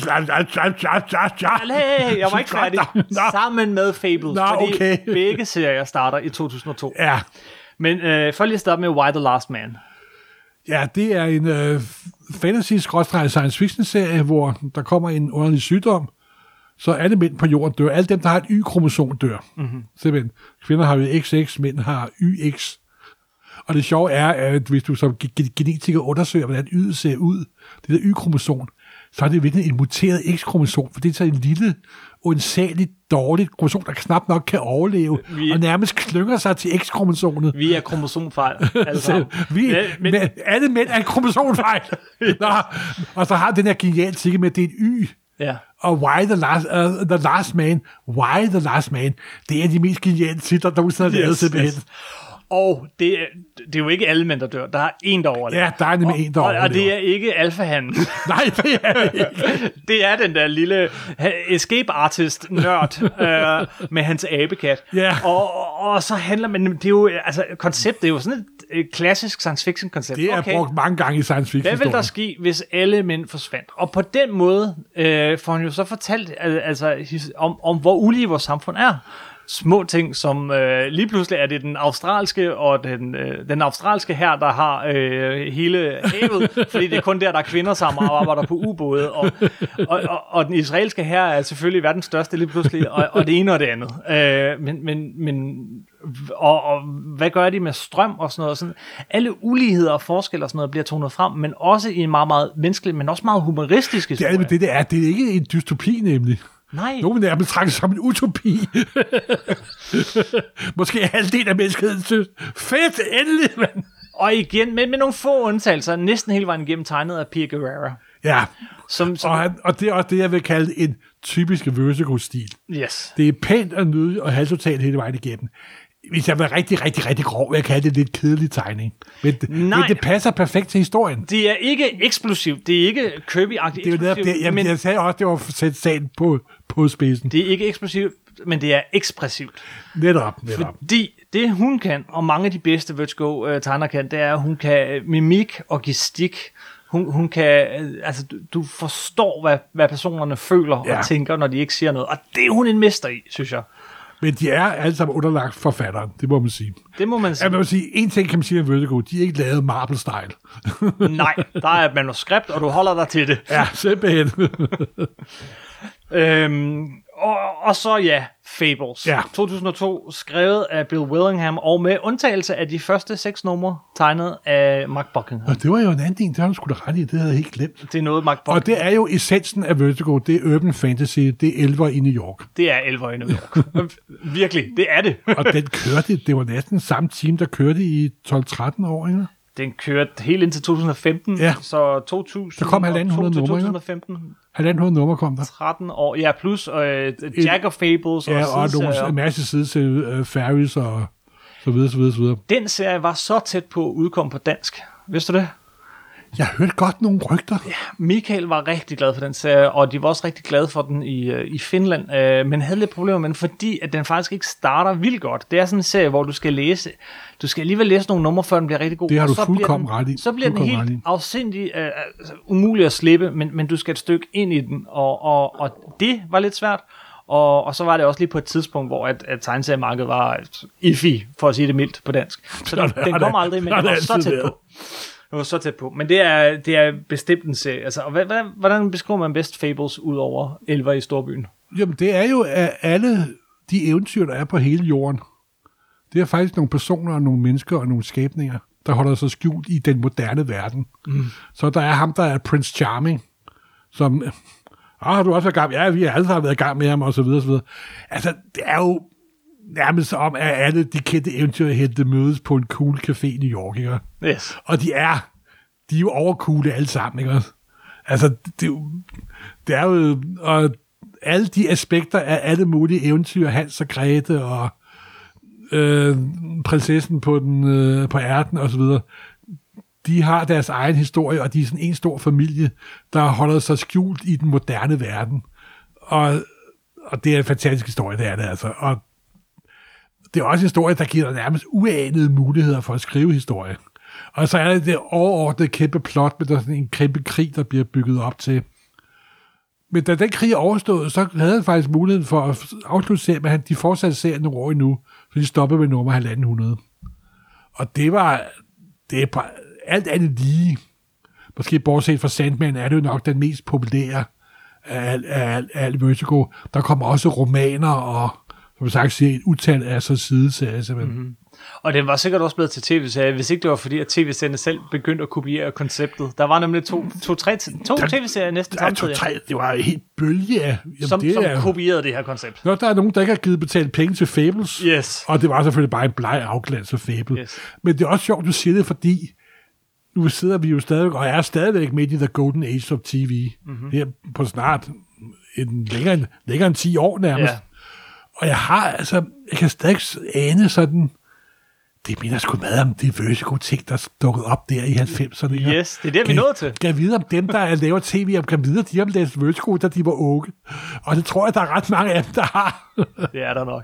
Hey, jeg var ikke færdig. Sammen med Fables, Nå, fordi okay. begge serier starter i to tusind og to. Ja. Men øh, for lige at starte med Why the Last Man. Ja, det er en øh, fantasy-science fiction-serie, hvor der kommer en underlig sygdom, så alle mænd på jorden dør. Alle dem, der har et Y-kromosom, dør. Mm-hmm. Simpelthen. Kvinder har jo X X, mænd har Y X. Og det sjove er, at hvis du som genetiker undersøger, hvordan Y'et ser ud, det der Y-kromosom, så er det virkelig en muteret X-kromosom, for det er så en lille, undsageligt dårligt kromosom, der knap nok kan overleve, vi, og nærmest klynger sig til X-kromosomet. Vi er kromosomfejl. Altså. vi, ja, men, men, alle mænd er en kromosomfejl. Nå, og så har den her geniale tikke med, at det er et Y. Ja. Og Why the Last, uh, the last Man, Why the Last Man, det er de mest geniale titler, der nogensinde har lavet simpelthen. Yes. Og det er, det er jo ikke alle mænd, der dør. Der er en, der overlever. Ja, der er nemlig en, der overlever. Og det er ikke alfahannen. Nej, det er det ikke. Det er den der lille escape artist nørd øh, med hans abekat. Ja. Og, og så handler man, det er jo, altså konceptet er jo sådan et, et klassisk science fiction koncept. Det er okay. Brugt mange gange i science fiction. Hvad vil der ske, hvis alle mænd forsvandt? Og på den måde øh, får han jo så fortalt altså, om, om hvor ulige vores samfund er. Små ting, som øh, lige pludselig er det den australske og den, øh, den australske her, der har øh, hele havet, fordi det er kun der, der er kvinder sammen og arbejder på ubåde, og, og, og, og den israelske her er selvfølgelig verdens største lige pludselig, og, og det ene og det andet. Øh, men, men, men og, og hvad gør de med strøm og sådan noget? Sådan, alle uligheder og forskelle og sådan noget bliver tonet frem, men også i en meget, meget menneskelig, men også meget humoristisk historie. Det er det, det er. Det er ikke en dystopi, nemlig. Nej. Nogen er betragtet som en utopi. Måske halvdelen af menneskeheden synes, fedt, endelig, mand. Og igen, med, med nogle få undtagelser, næsten hele vejen igennem tegnet af Pia Guerrera. Ja, som, som, og, han, og det er også det, jeg vil kalde en typisk Vertigo-stil. Yes. Det er pænt og nydeligt og halvtotalt hele vejen igennem. Hvis jeg var rigtig, rigtig, rigtig grov, vil jeg kalde det lidt kedelig tegning. Men, men det passer perfekt til historien. Det er ikke eksplosivt. Det er ikke Kirby-agtigt det er netop, det, jamen, men jeg sagde også, det var for at sætte sagen på, på spidsen. Det er ikke eksplosivt, men det er ekspressivt. Netop, netop. Fordi det, hun kan, og mange af de bedste Vertigo-tegner kan, det er, at hun kan mimik og gestik. Hun, hun kan, altså, du, du forstår, hvad, hvad personerne føler ja. og tænker, når de ikke siger noget. Og det er hun en mester i, synes jeg. Men de er alle sammen underlagt forfatteren, det må man sige. Det må man sige. Ja, man må sige, en ting kan man sige om Vertigo, de er ikke lavet Marvel-style. Nej, der er et manuskript, og du holder dig til det. Ja, simpelthen. øhm, og, og så ja, Fables. Ja. to tusind og to, skrevet af Bill Willingham, og med undtagelse af de første seks numre, tegnet af Mark Buckingham. Og det var jo en anden ting, det har du sgu da ret i, det havde jeg helt glemt. Det er noget, Mark Buckingham. Og det er jo essensen af Vertigo, det er urban fantasy, det er elver i New York. Det er elver i New York. Virkelig, det er det. Og den kørte, det var næsten samme team, der kørte i tolv tretten år, ikke? Den kørte helt indtil to tusind og femten, ja. så to tusind der kom halvanden hundrede numre, to tusind og femten. halvanden hundrede numre kom der. tretten år, ja, plus øh, Jack of Fables. Ja, og, og nogle, en masse side til uh, Fairies og så videre, så videre, så videre. Den serie var så tæt på at udkomme på dansk. Vidste du det? Jeg hørte godt nogle rygter. Ja, Michael var rigtig glad for den serie, og de var også rigtig glade for den i, i Finland, øh, men havde lidt problemer med den, fordi at den faktisk ikke starter vildt godt. Det er sådan en serie, hvor du skal læse, du skal alligevel læse nogle numre, før den bliver rigtig god. Det har du så fuldkommen ret i. Så bliver den helt afsindig øh, altså, umulig at slippe, men, men du skal et stykke ind i den, og, og, og det var lidt svært. Og, og så var det også lige på et tidspunkt, hvor at, at tegneseriemarkedet var iffy, for at sige det mildt på dansk. Så den, den kom aldrig, men den var så tæt på. Det var så tæt på. Men det er, det er bestemt en serie. Altså, og hvad, hvad, hvordan beskriver man bedst Fables ud over elver i storbyen? Jamen, det er jo af alle de eventyr, der er på hele jorden. Det er faktisk nogle personer og nogle mennesker og nogle skabninger, der holder sig skjult i den moderne verden. Mm. Så der er ham, der er Prince Charming, som... Ah, har du også været i gang? Ja, vi har alle sammen været i gang med ham, og så videre, og så videre. Altså, det er jo nærmest om, at alle de kendte eventyrhelte mødes på en cool café i New York, ikke? Yes. Og de er, de er jo overcoole alle sammen, ikke? Altså, det, er jo, det er jo, og alle de aspekter af alle mulige eventyr, Hans og Grete og øh, prinsessen på, den, øh, på ærten og så videre, de har deres egen historie, og de er sådan en stor familie, der holder sig skjult i den moderne verden. Og, og det er en fantastisk historie, det er det altså. Og det er også en historie, der giver dig nærmest uanede muligheder for at skrive historie. Og så er det det overordnede kæmpe plot med der sådan en kæmpe krig, der bliver bygget op til. Men da den krig er overstået, så havde han faktisk muligheden for at afslutte serien, men de fortsatte serien nogle år endnu, så de stoppede med nummer halvanden hundrede. Og det var, det er bare, alt andet lige, måske bortset fra Sandman, er det jo nok den mest populære af alt af, af, af Vertigo. Der kommer også romaner og, som sagt siger, et utal af så sideserier simpelthen. Mm-hmm. Og det var sikkert også blevet til tv-serier, hvis ikke det var fordi, at tv-serierne selv begyndte at kopiere konceptet. Der var nemlig to, to, tre, to der, tv-serier næsten samtidig. To, tre, det var en helt bølge af... Jamen, som det som er, kopierede det her koncept. Når der er nogen, der ikke har givet betalt penge til Fables, yes. og det var selvfølgelig bare en bleg afglans af Fable. Yes. Men det er også sjovt, du siger det, fordi nu sidder vi jo stadig, og er stadigvæk midt i the golden age of T V. Mm-hmm. Her på snart en, længere, end, længere end ti år nærmest. Yeah. Og jeg har altså, jeg kan stadig ane sådan, det minder sgu meget om de Vertigo-ting, der dukkede op der i halvfemserne. Yes, det er det, vi er nået til. Kan jeg vide om dem, der laver tv, om kan vide, de har læst Vertigo, da de var unge. Og det tror jeg, der er ret mange af dem, der har. Det er der nok.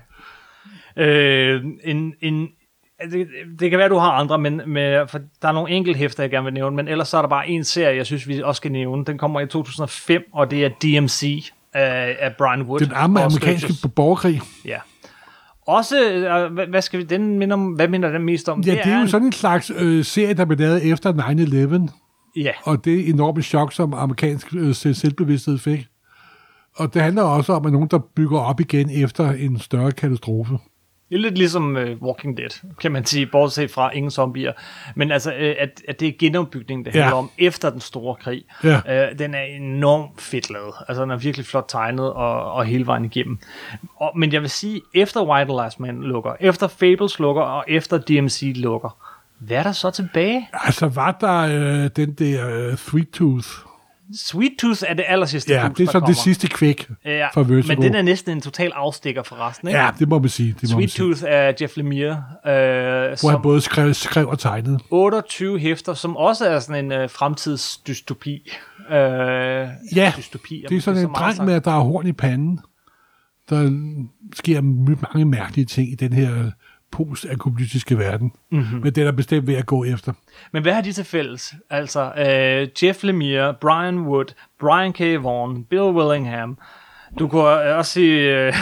Øh, en, en, det, det kan være, du har andre, men med, for der er nogle enkelte hæfter, jeg gerne vil nævne, men ellers så er der bare en serie, jeg synes, vi også skal nævne. Den kommer i to tusind og fem, og det er D M C af, af Brian Wood. Den amerikanske borgerkrig. Ja. Også, øh, hvad skal vi, den minder, hvad minder den mest om? Ja, det, det er jo en, sådan en slags øh, serie, der blev lavet efter nine eleven. Ja. Og det enorme chok, som amerikansk øh, selvbevidsthed fik. Og det handler også om, at nogen, der bygger op igen efter en større katastrofe. Det er lidt ligesom uh, Walking Dead, kan man sige, bortset fra ingen zombier. Men altså, uh, at, at det er genopbygning, det handler ja. om efter den store krig. Ja. Uh, den er enormt fedt lavet. Altså, den er virkelig flot tegnet og, og hele vejen igennem. Og, men jeg vil sige, efter Why the Last Man lukker, efter Fables lukker og efter D M C lukker, hvad er der så tilbage? Altså, var der øh, den der uh, Sweet Tooth? Sweet Tooth er det aller sidste ja, hus, det er så det sidste kvæk ja, fra Vertigo. Men den er næsten en total afstikker for resten, ikke? Ja, det må man sige. Det Sweet Tooth sige. Er Jeff Lemire. Øh, Hvor som han både skrev, skrev og tegnede. otteogtyve hæfter, som også er sådan en uh, fremtidsdystopi. Øh, ja, dystopi, det er sådan en dreng med, at der er horn i panden. Der sker mange mærkelige ting i den her post-apokalyptiske verden. Mm-hmm. Men det er der bestemt ved at gå efter. Men hvad har de til fælles? Altså, øh, Jeff Lemire, Brian Wood, Brian K. Vaughan, Bill Willingham. Du kunne øh, også sige... Øh,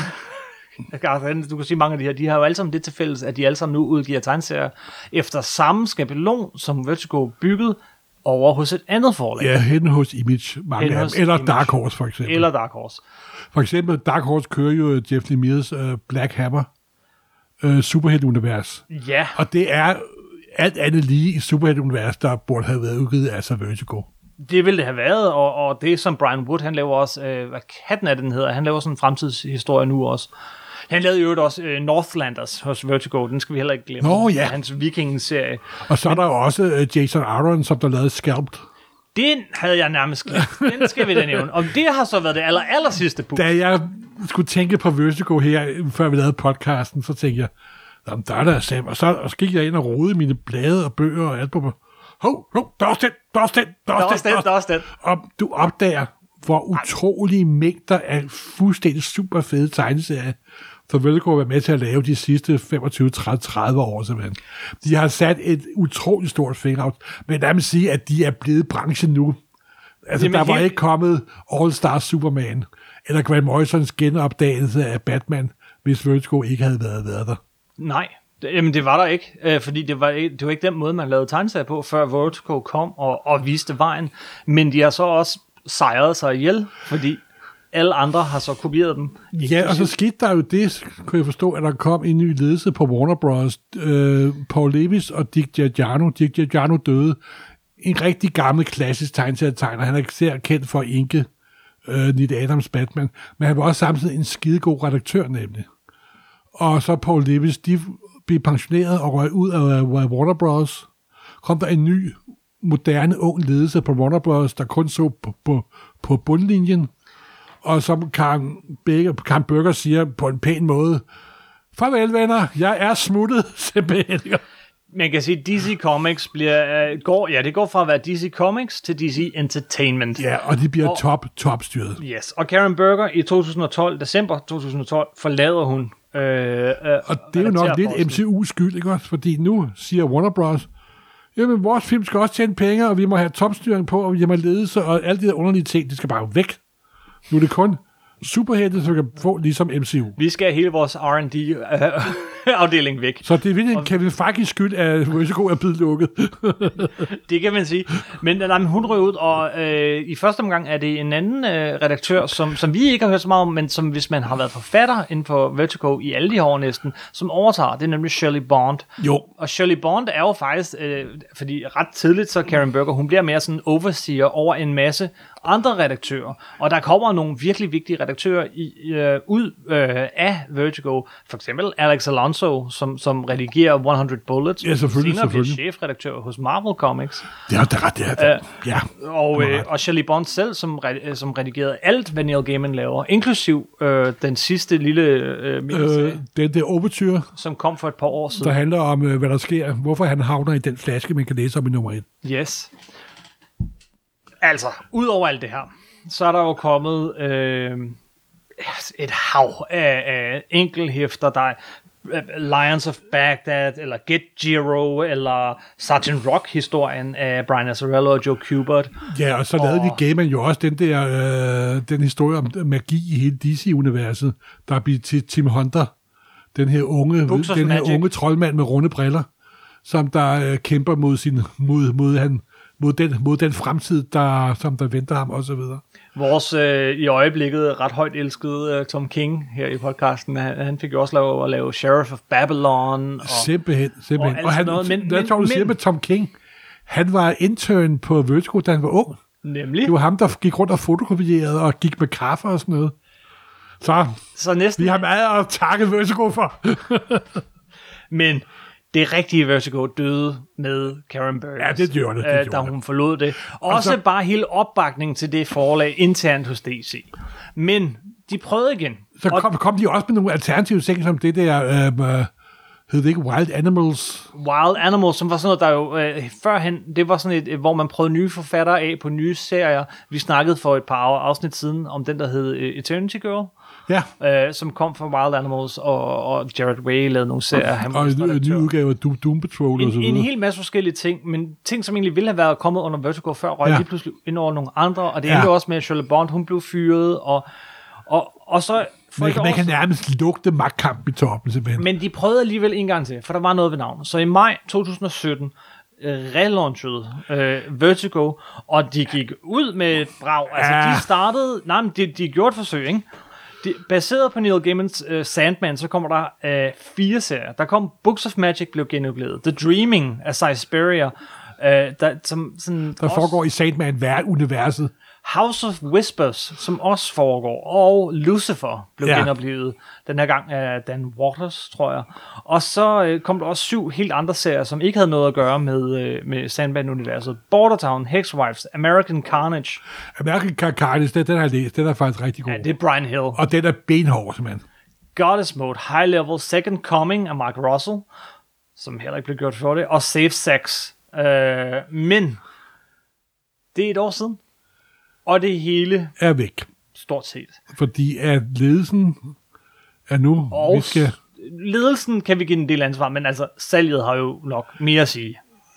du kan sige mange af de her, de har jo alle sammen det til fælles, at de alle sammen nu udgiver tegneserier efter samme skabelon, som Vertigo byggede over hos et andet forlag. Ja, hen hos Image, mange hen hos eller Image. Dark Horse for eksempel. Eller Dark Horse. For eksempel, Dark Horse kører jo Jeff Lemires uh, Black Hammer uh, superhelt-univers. Ja. Og det er alt andet lige i superhelt-univers, der burde have været udgivet af altså Vertigo. Det ville det have været, og, og det som Brian Wood, han laver også, øh, hvad katten er det, den hedder, han laver sådan en fremtidshistorie nu også. Han lavede jo også øh, Northlanders hos Vertigo, den skal vi heller ikke glemme. Nå ja. Hans Vikingen-serie. Og så er der jo også øh, Jason Aaron, som der lavede Scalped. Den havde jeg nærmest glemt. Den skal vi da nævne. Og det har så været det aller, aller sidste punkt. Da jeg skulle tænke på Vertigo her, før vi lavede podcasten, så tænkte jeg, jamen, der er der Sam. Og så, og så gik jeg ind og rodede mine blade og bøger og alt på. Hov, hov, der er også den, der er også den, der er også den, der er også den. Og du opdager, hvor utrolige mængder af fuldstændig super fede tegneserier, så Vertigo har været med til at lave de sidste femogtyve til tredive år simpelthen. De har sat et utroligt stort fingeraft, men jeg vil sige, at de er blevet branchen nu. Altså, Jamen, der var helt... ikke kommet All-Star Superman, eller Grant Morrisons genopdagelse af Batman, hvis Vertigo ikke havde været, været der. Nej, jamen det var der ikke, øh, fordi det var, ikke, det var ikke den måde, man lavede tegneserier på, før Vertigo kom og, og viste vejen. Men de har så også sejret sig ihjel, fordi alle andre har så kopieret dem. Ja, og så skete der jo det, kunne jeg forstå, at der kom en ny ledelse på Warner Bros. Øh, Paul Lewis og Dick Giordano. Dick Giordano døde. En rigtig gammel, klassisk tegneserietegner. Han er især kendt for at inke øh, Neil Adams Batman, men han var også samtidig en skidegod redaktør nemlig. Og så Paul Lewis, de blev pensioneret og røg ud af Warner Bros. Kom der en ny, moderne, ung ledelse på Warner Bros., der kun så på, på, på bundlinjen. Og som Karen, Beger, Karen Berger siger på en pæn måde, farvel venner, jeg er smuttet, simpelthen. Man kan sige, at D C Comics bliver, uh, går, ja, det går fra at være D C Comics til D C Entertainment. Ja, og de bliver og, top, top styret. Yes, og Karen Berger i to tusind og tolv, december to tusind og tolv, forlader hun. Øh, øh, og det er jo nok lidt M C U's skyld, ikke også? Fordi nu siger Warner Bros., jamen vores film skal også tjene penge, og vi må have topstyring på, og vi må ledelse, og alle de der underlige ting, det skal bare væk. Nu er det kun superhelte, så kan få ligesom M C U. Vi skal have hele vores R and D-afdeling væk. Så det er virkelig Kevin Feige's skyld, at Vertigo er blevet lukket. Det kan man sige. Men, nej, men hun ryger ud, og øh, i første omgang er det en anden øh, redaktør, som, som vi ikke har hørt så meget om, men som hvis man har været forfatter inden for Vertigo i alle de år næsten, som overtager. Det er nemlig Shirley Bond. Jo. Og Shirley Bond er jo faktisk, øh, fordi ret tidligt så Karen Berger, hun bliver mere sådan overseer over en masse andre redaktører. Og der kommer nogle virkelig vigtige redaktører i, øh, ud øh, af Vertigo. For eksempel Alex Alonso, som, som redigerer hundrede Bullets. Ja, selvfølgelig, senere bliver selvfølgelig. chefredaktør hos Marvel Comics. Det er det ret, det er det. Ja. Og, øh, og Shirley Bond selv, som, red, som redigerede alt, hvad Neil Gaiman laver, inklusiv øh, den sidste lille øh, miniserie, Øh, det er overture, som kom for et par år siden. der handler om, øh, hvad der sker, hvorfor han havner i den flaske, man kan læse om i nummer et. Yes. Altså, ud over alt det her, så er der jo kommet øh, et hav af, af enkelthæfter, der er Lions of Baghdad, eller Get Jiro, eller Sergeant Rock-historien af Brian Azzarello og Joe Kubert. Ja, og så lavede Og- de Gaiman jo også den der, øh, den historie om magi i hele D C-universet, der er blevet til Tim Hunter, den her unge, Books of den her Magic. unge troldmand med runde briller, som der øh, kæmper mod sin, mod, mod, han, mod, den, mod den fremtid, der, som der venter ham, og så videre. Vores øh, i øjeblikket ret højt elskede øh, Tom King her i podcasten, han, han fik jo også lov at lave Sheriff of Babylon. Og, Simpelthen, simpelthen. alt Og, han, sådan noget, men- der men- tror du siger men- med Tom King, han var intern på Vertigo, da han var ung. nemlig. Det var ham, der gik rundt og fotokopierede og gik med kaffe og sådan noget. Så Så næsten, vi har meget at takke Vertigo for. men det rigtige Vertigo døde med Karen Burns, Ja, det gjorde det, det øh, gjorde da det. hun forlod det. Også så- bare hele opbakningen til det forlag internt hos D C. Men de prøvede igen. Så Og kom, kom de også med nogle alternative ting, som det der, øh, øh, hed det ikke Wild Animals? Wild Animals, som var sådan noget, der jo øh, førhen, det var sådan et, øh, hvor man prøvede nye forfattere af på nye serier. Vi snakkede for et par afsnit siden om den, der hed øh, Eternity Girl, Ja, øh, som kom fra Wild Animals, og, og Jared Way lavede nogle serier. Han var og en, en ny redaktør. udgave af Doom, Doom Patrol og så En, en videre. hel masse forskellige ting, men ting, som egentlig ville have været kommet under Vertigo før, røg Ja. ja. lige pludselig ind over nogle andre, og det Ja. endte også med, at Shirley Bond, hun blev fyret, og, og, og så... For Man, et kan- år man kan siden- nærmest lugte magtkamp i toppen, simpelthen. Men de prøvede alligevel en gang til, for der var noget ved navnet. Så i maj to tusind og sytten øh, relaunchede øh, Vertigo, og de gik ud med et brag. Altså, Ja. de startede... Nej, men de, de gjorde et forsøg, ikke? De, baseret på Neil Gaimans uh, Sandman, så kommer der uh, fire serier. Der kom Books of Magic, blev genudgivet. The Dreaming af Siberia, uh, der, som, sådan, Der foregår i Sandman-universet. House of Whispers, som også foregår, og Lucifer blev Ja. ja. genoplevet den her gang af Dan Waters, tror jeg. Og så øh, kom der også syv helt andre serier, som ikke havde noget at gøre med, øh, med Sandman-universet. Bordertown, Hexwives, American Carnage. American Carnage, den, den har jeg læst. Den er faktisk rigtig god. Ja, det er Brian Hill. Og den er benhård, simpelthen. Goddess Mode, High Level, Second Coming af Mark Russell, som heller ikke blev gjort for det, og Safe Sex. Øh, men det er et år siden, og det hele Er væk. stort set. Fordi at ledelsen er nu... Og vi skal, ledelsen kan vi give en del ansvar, men altså salget har jo nok mere at sige.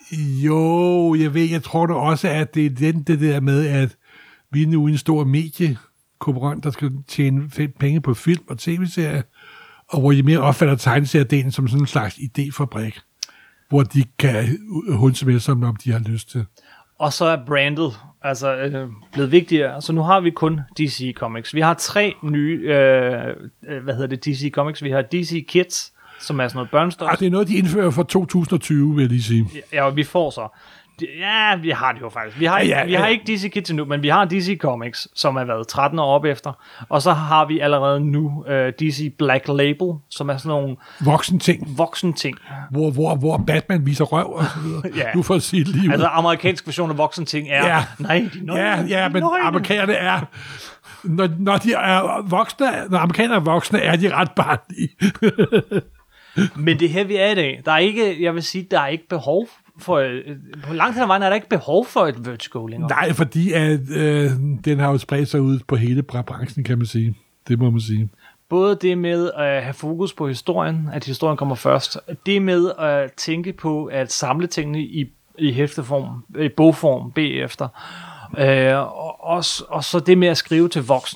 jo, jeg ved, jeg tror da også, at det er den, det der med, at vi er nu en stor mediekonkurrent, der skal tjene fem penge på film og tv-serier, og hvor de mere opfatter tegneseriedelen som sådan en slags idéfabrik, hvor de kan hunse med sig, om de har lyst til. Og så er brandet altså øh, blevet vigtigere. Så nu har vi kun D C Comics. Vi har tre nye, øh, øh, hvad hedder det, D C Comics. Vi har D C Kids, som er sådan noget børnestof. Ah, det er noget, de indfører for to tusind og tyve, vil jeg lige sige. Ja, og vi får så. Ja, vi har det jo faktisk. Vi har, Ja, ikke, ja, vi har ja. ikke D C Kids endnu, men vi har D C Comics, som er været tretten år op efter. Og så har vi allerede nu uh, D C Black Label, som er sådan nogle Voksen ting, voksen ting. hvor, hvor, hvor Batman viser røv og så videre. Ja. Nu for at sige det lige ud. Altså amerikansk version af voksen ting er... Ja. Nej, de nøgne, Ja, ja, de men nøgne. amerikanerne er... Når, når de er voksne, når amerikanere er voksne, er de ret barnlige. Men det er her, vi er i dag. Der er ikke, jeg vil sige, der er ikke behov for... øh, På langt hen ad vejen er der ikke behov for et Vertigo længere. Nej, fordi at, øh, den har jo spredt sig ud på hele branchen, kan man sige. Det må man sige. Både det med at have fokus på historien, at historien kommer først. Det med at tænke på at samle tingene i, i hæfteform, i bogform bagefter. Øh, og, og, og så det med at skrive til voksne.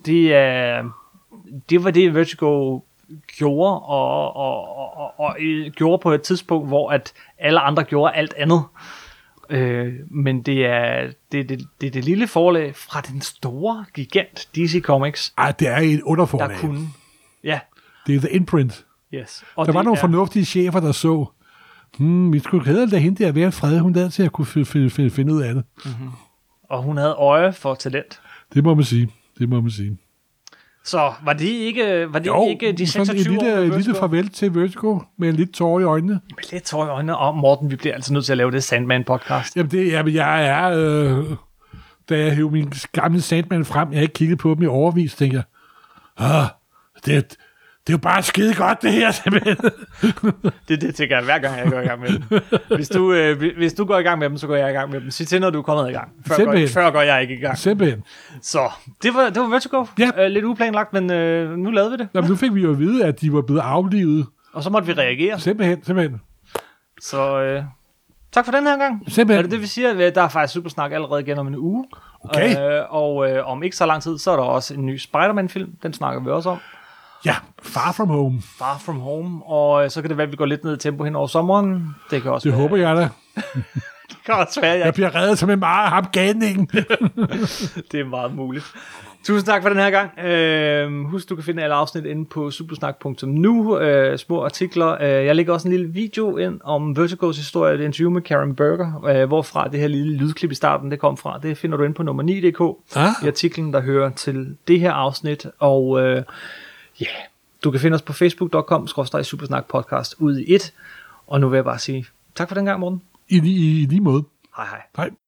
Det, er, det var det, Vertigo gjorde, og, og, og, og, og gjorde på et tidspunkt, hvor at alle andre gjorde alt andet. Øh, men det er det, det, det, det lille forlag fra den store gigant D C Comics. Ej, det er et underforlag. Der kunne. Ja. Det er The Imprint. Yes. Og der var nogle er... fornuftige chefer, der så, hmm, vi skulle hedde da hende der være fred, hun der til at kunne f- f- f- finde ud af det. Mm-hmm. Og hun havde øje for talent. Det må man sige. Det må man sige. Så var det ikke, var det jo, ikke de seksogtyve et lille, år et lille farvel til Vertigo med en lidt tår i øjnene. Med lidt tår i øjnene. Og Morten, vi bliver altså nødt til at lave det Sandman-podcast. Jamen, det, jamen jeg er... Øh, da jeg hævde min gamle Sandman frem, jeg har ikke kigget på dem i overvis, tænker jeg, ah, det, det er jo bare skide godt, det her, simpelthen. det, det tænker jeg, hver gang jeg går i gang med dem. Hvis du, øh, hvis du går i gang med dem, så går jeg i gang med dem. Sig til, når du er kommet i gang. Før, går, før går jeg ikke i gang. Simpelthen. Så, det var, det var Vertigo. Ja. Øh, lidt uplanlagt, men øh, nu lavede vi det. Jamen, nu fik vi jo at vide, at de var blevet aflivet. Og så måtte vi reagere. Simpelthen, simpelthen. Så øh, tak for den her gang. Simpelthen. Og det, det vil sige, at der er faktisk Supersnak allerede igen om en uge. Okay. Øh, og øh, om ikke så lang tid, så er der også en ny Spider-Man-film. Den snakker vi også om. Ja, Far From Home. Far From Home. Og øh, så kan det være, at vi går lidt ned i tempo hen over sommeren. Det kan også Det være, håber jeg da. det kan også være, jeg... jeg bliver reddet som en meget af ham galningen. Det er meget muligt. Tusind tak for den her gang. Øh, husk, du kan finde alle afsnit inde på supersnak punktum nu. Øh, små artikler. Øh, jeg lægger også en lille video ind om Vertigos historie. Det er en interview med Karen Berger, øh, hvorfra det her lille lydklip i starten det kom fra. Det finder du inde på nummer ni punktum d k ah. i artiklen, der hører til det her afsnit. Og øh, ja, yeah, du kan finde os på facebook punktum com skråstreg supersnak podcast ud i et. Og nu vil jeg bare sige tak for den gang, Morten. I, i, i lige måde. Hej hej. Hej.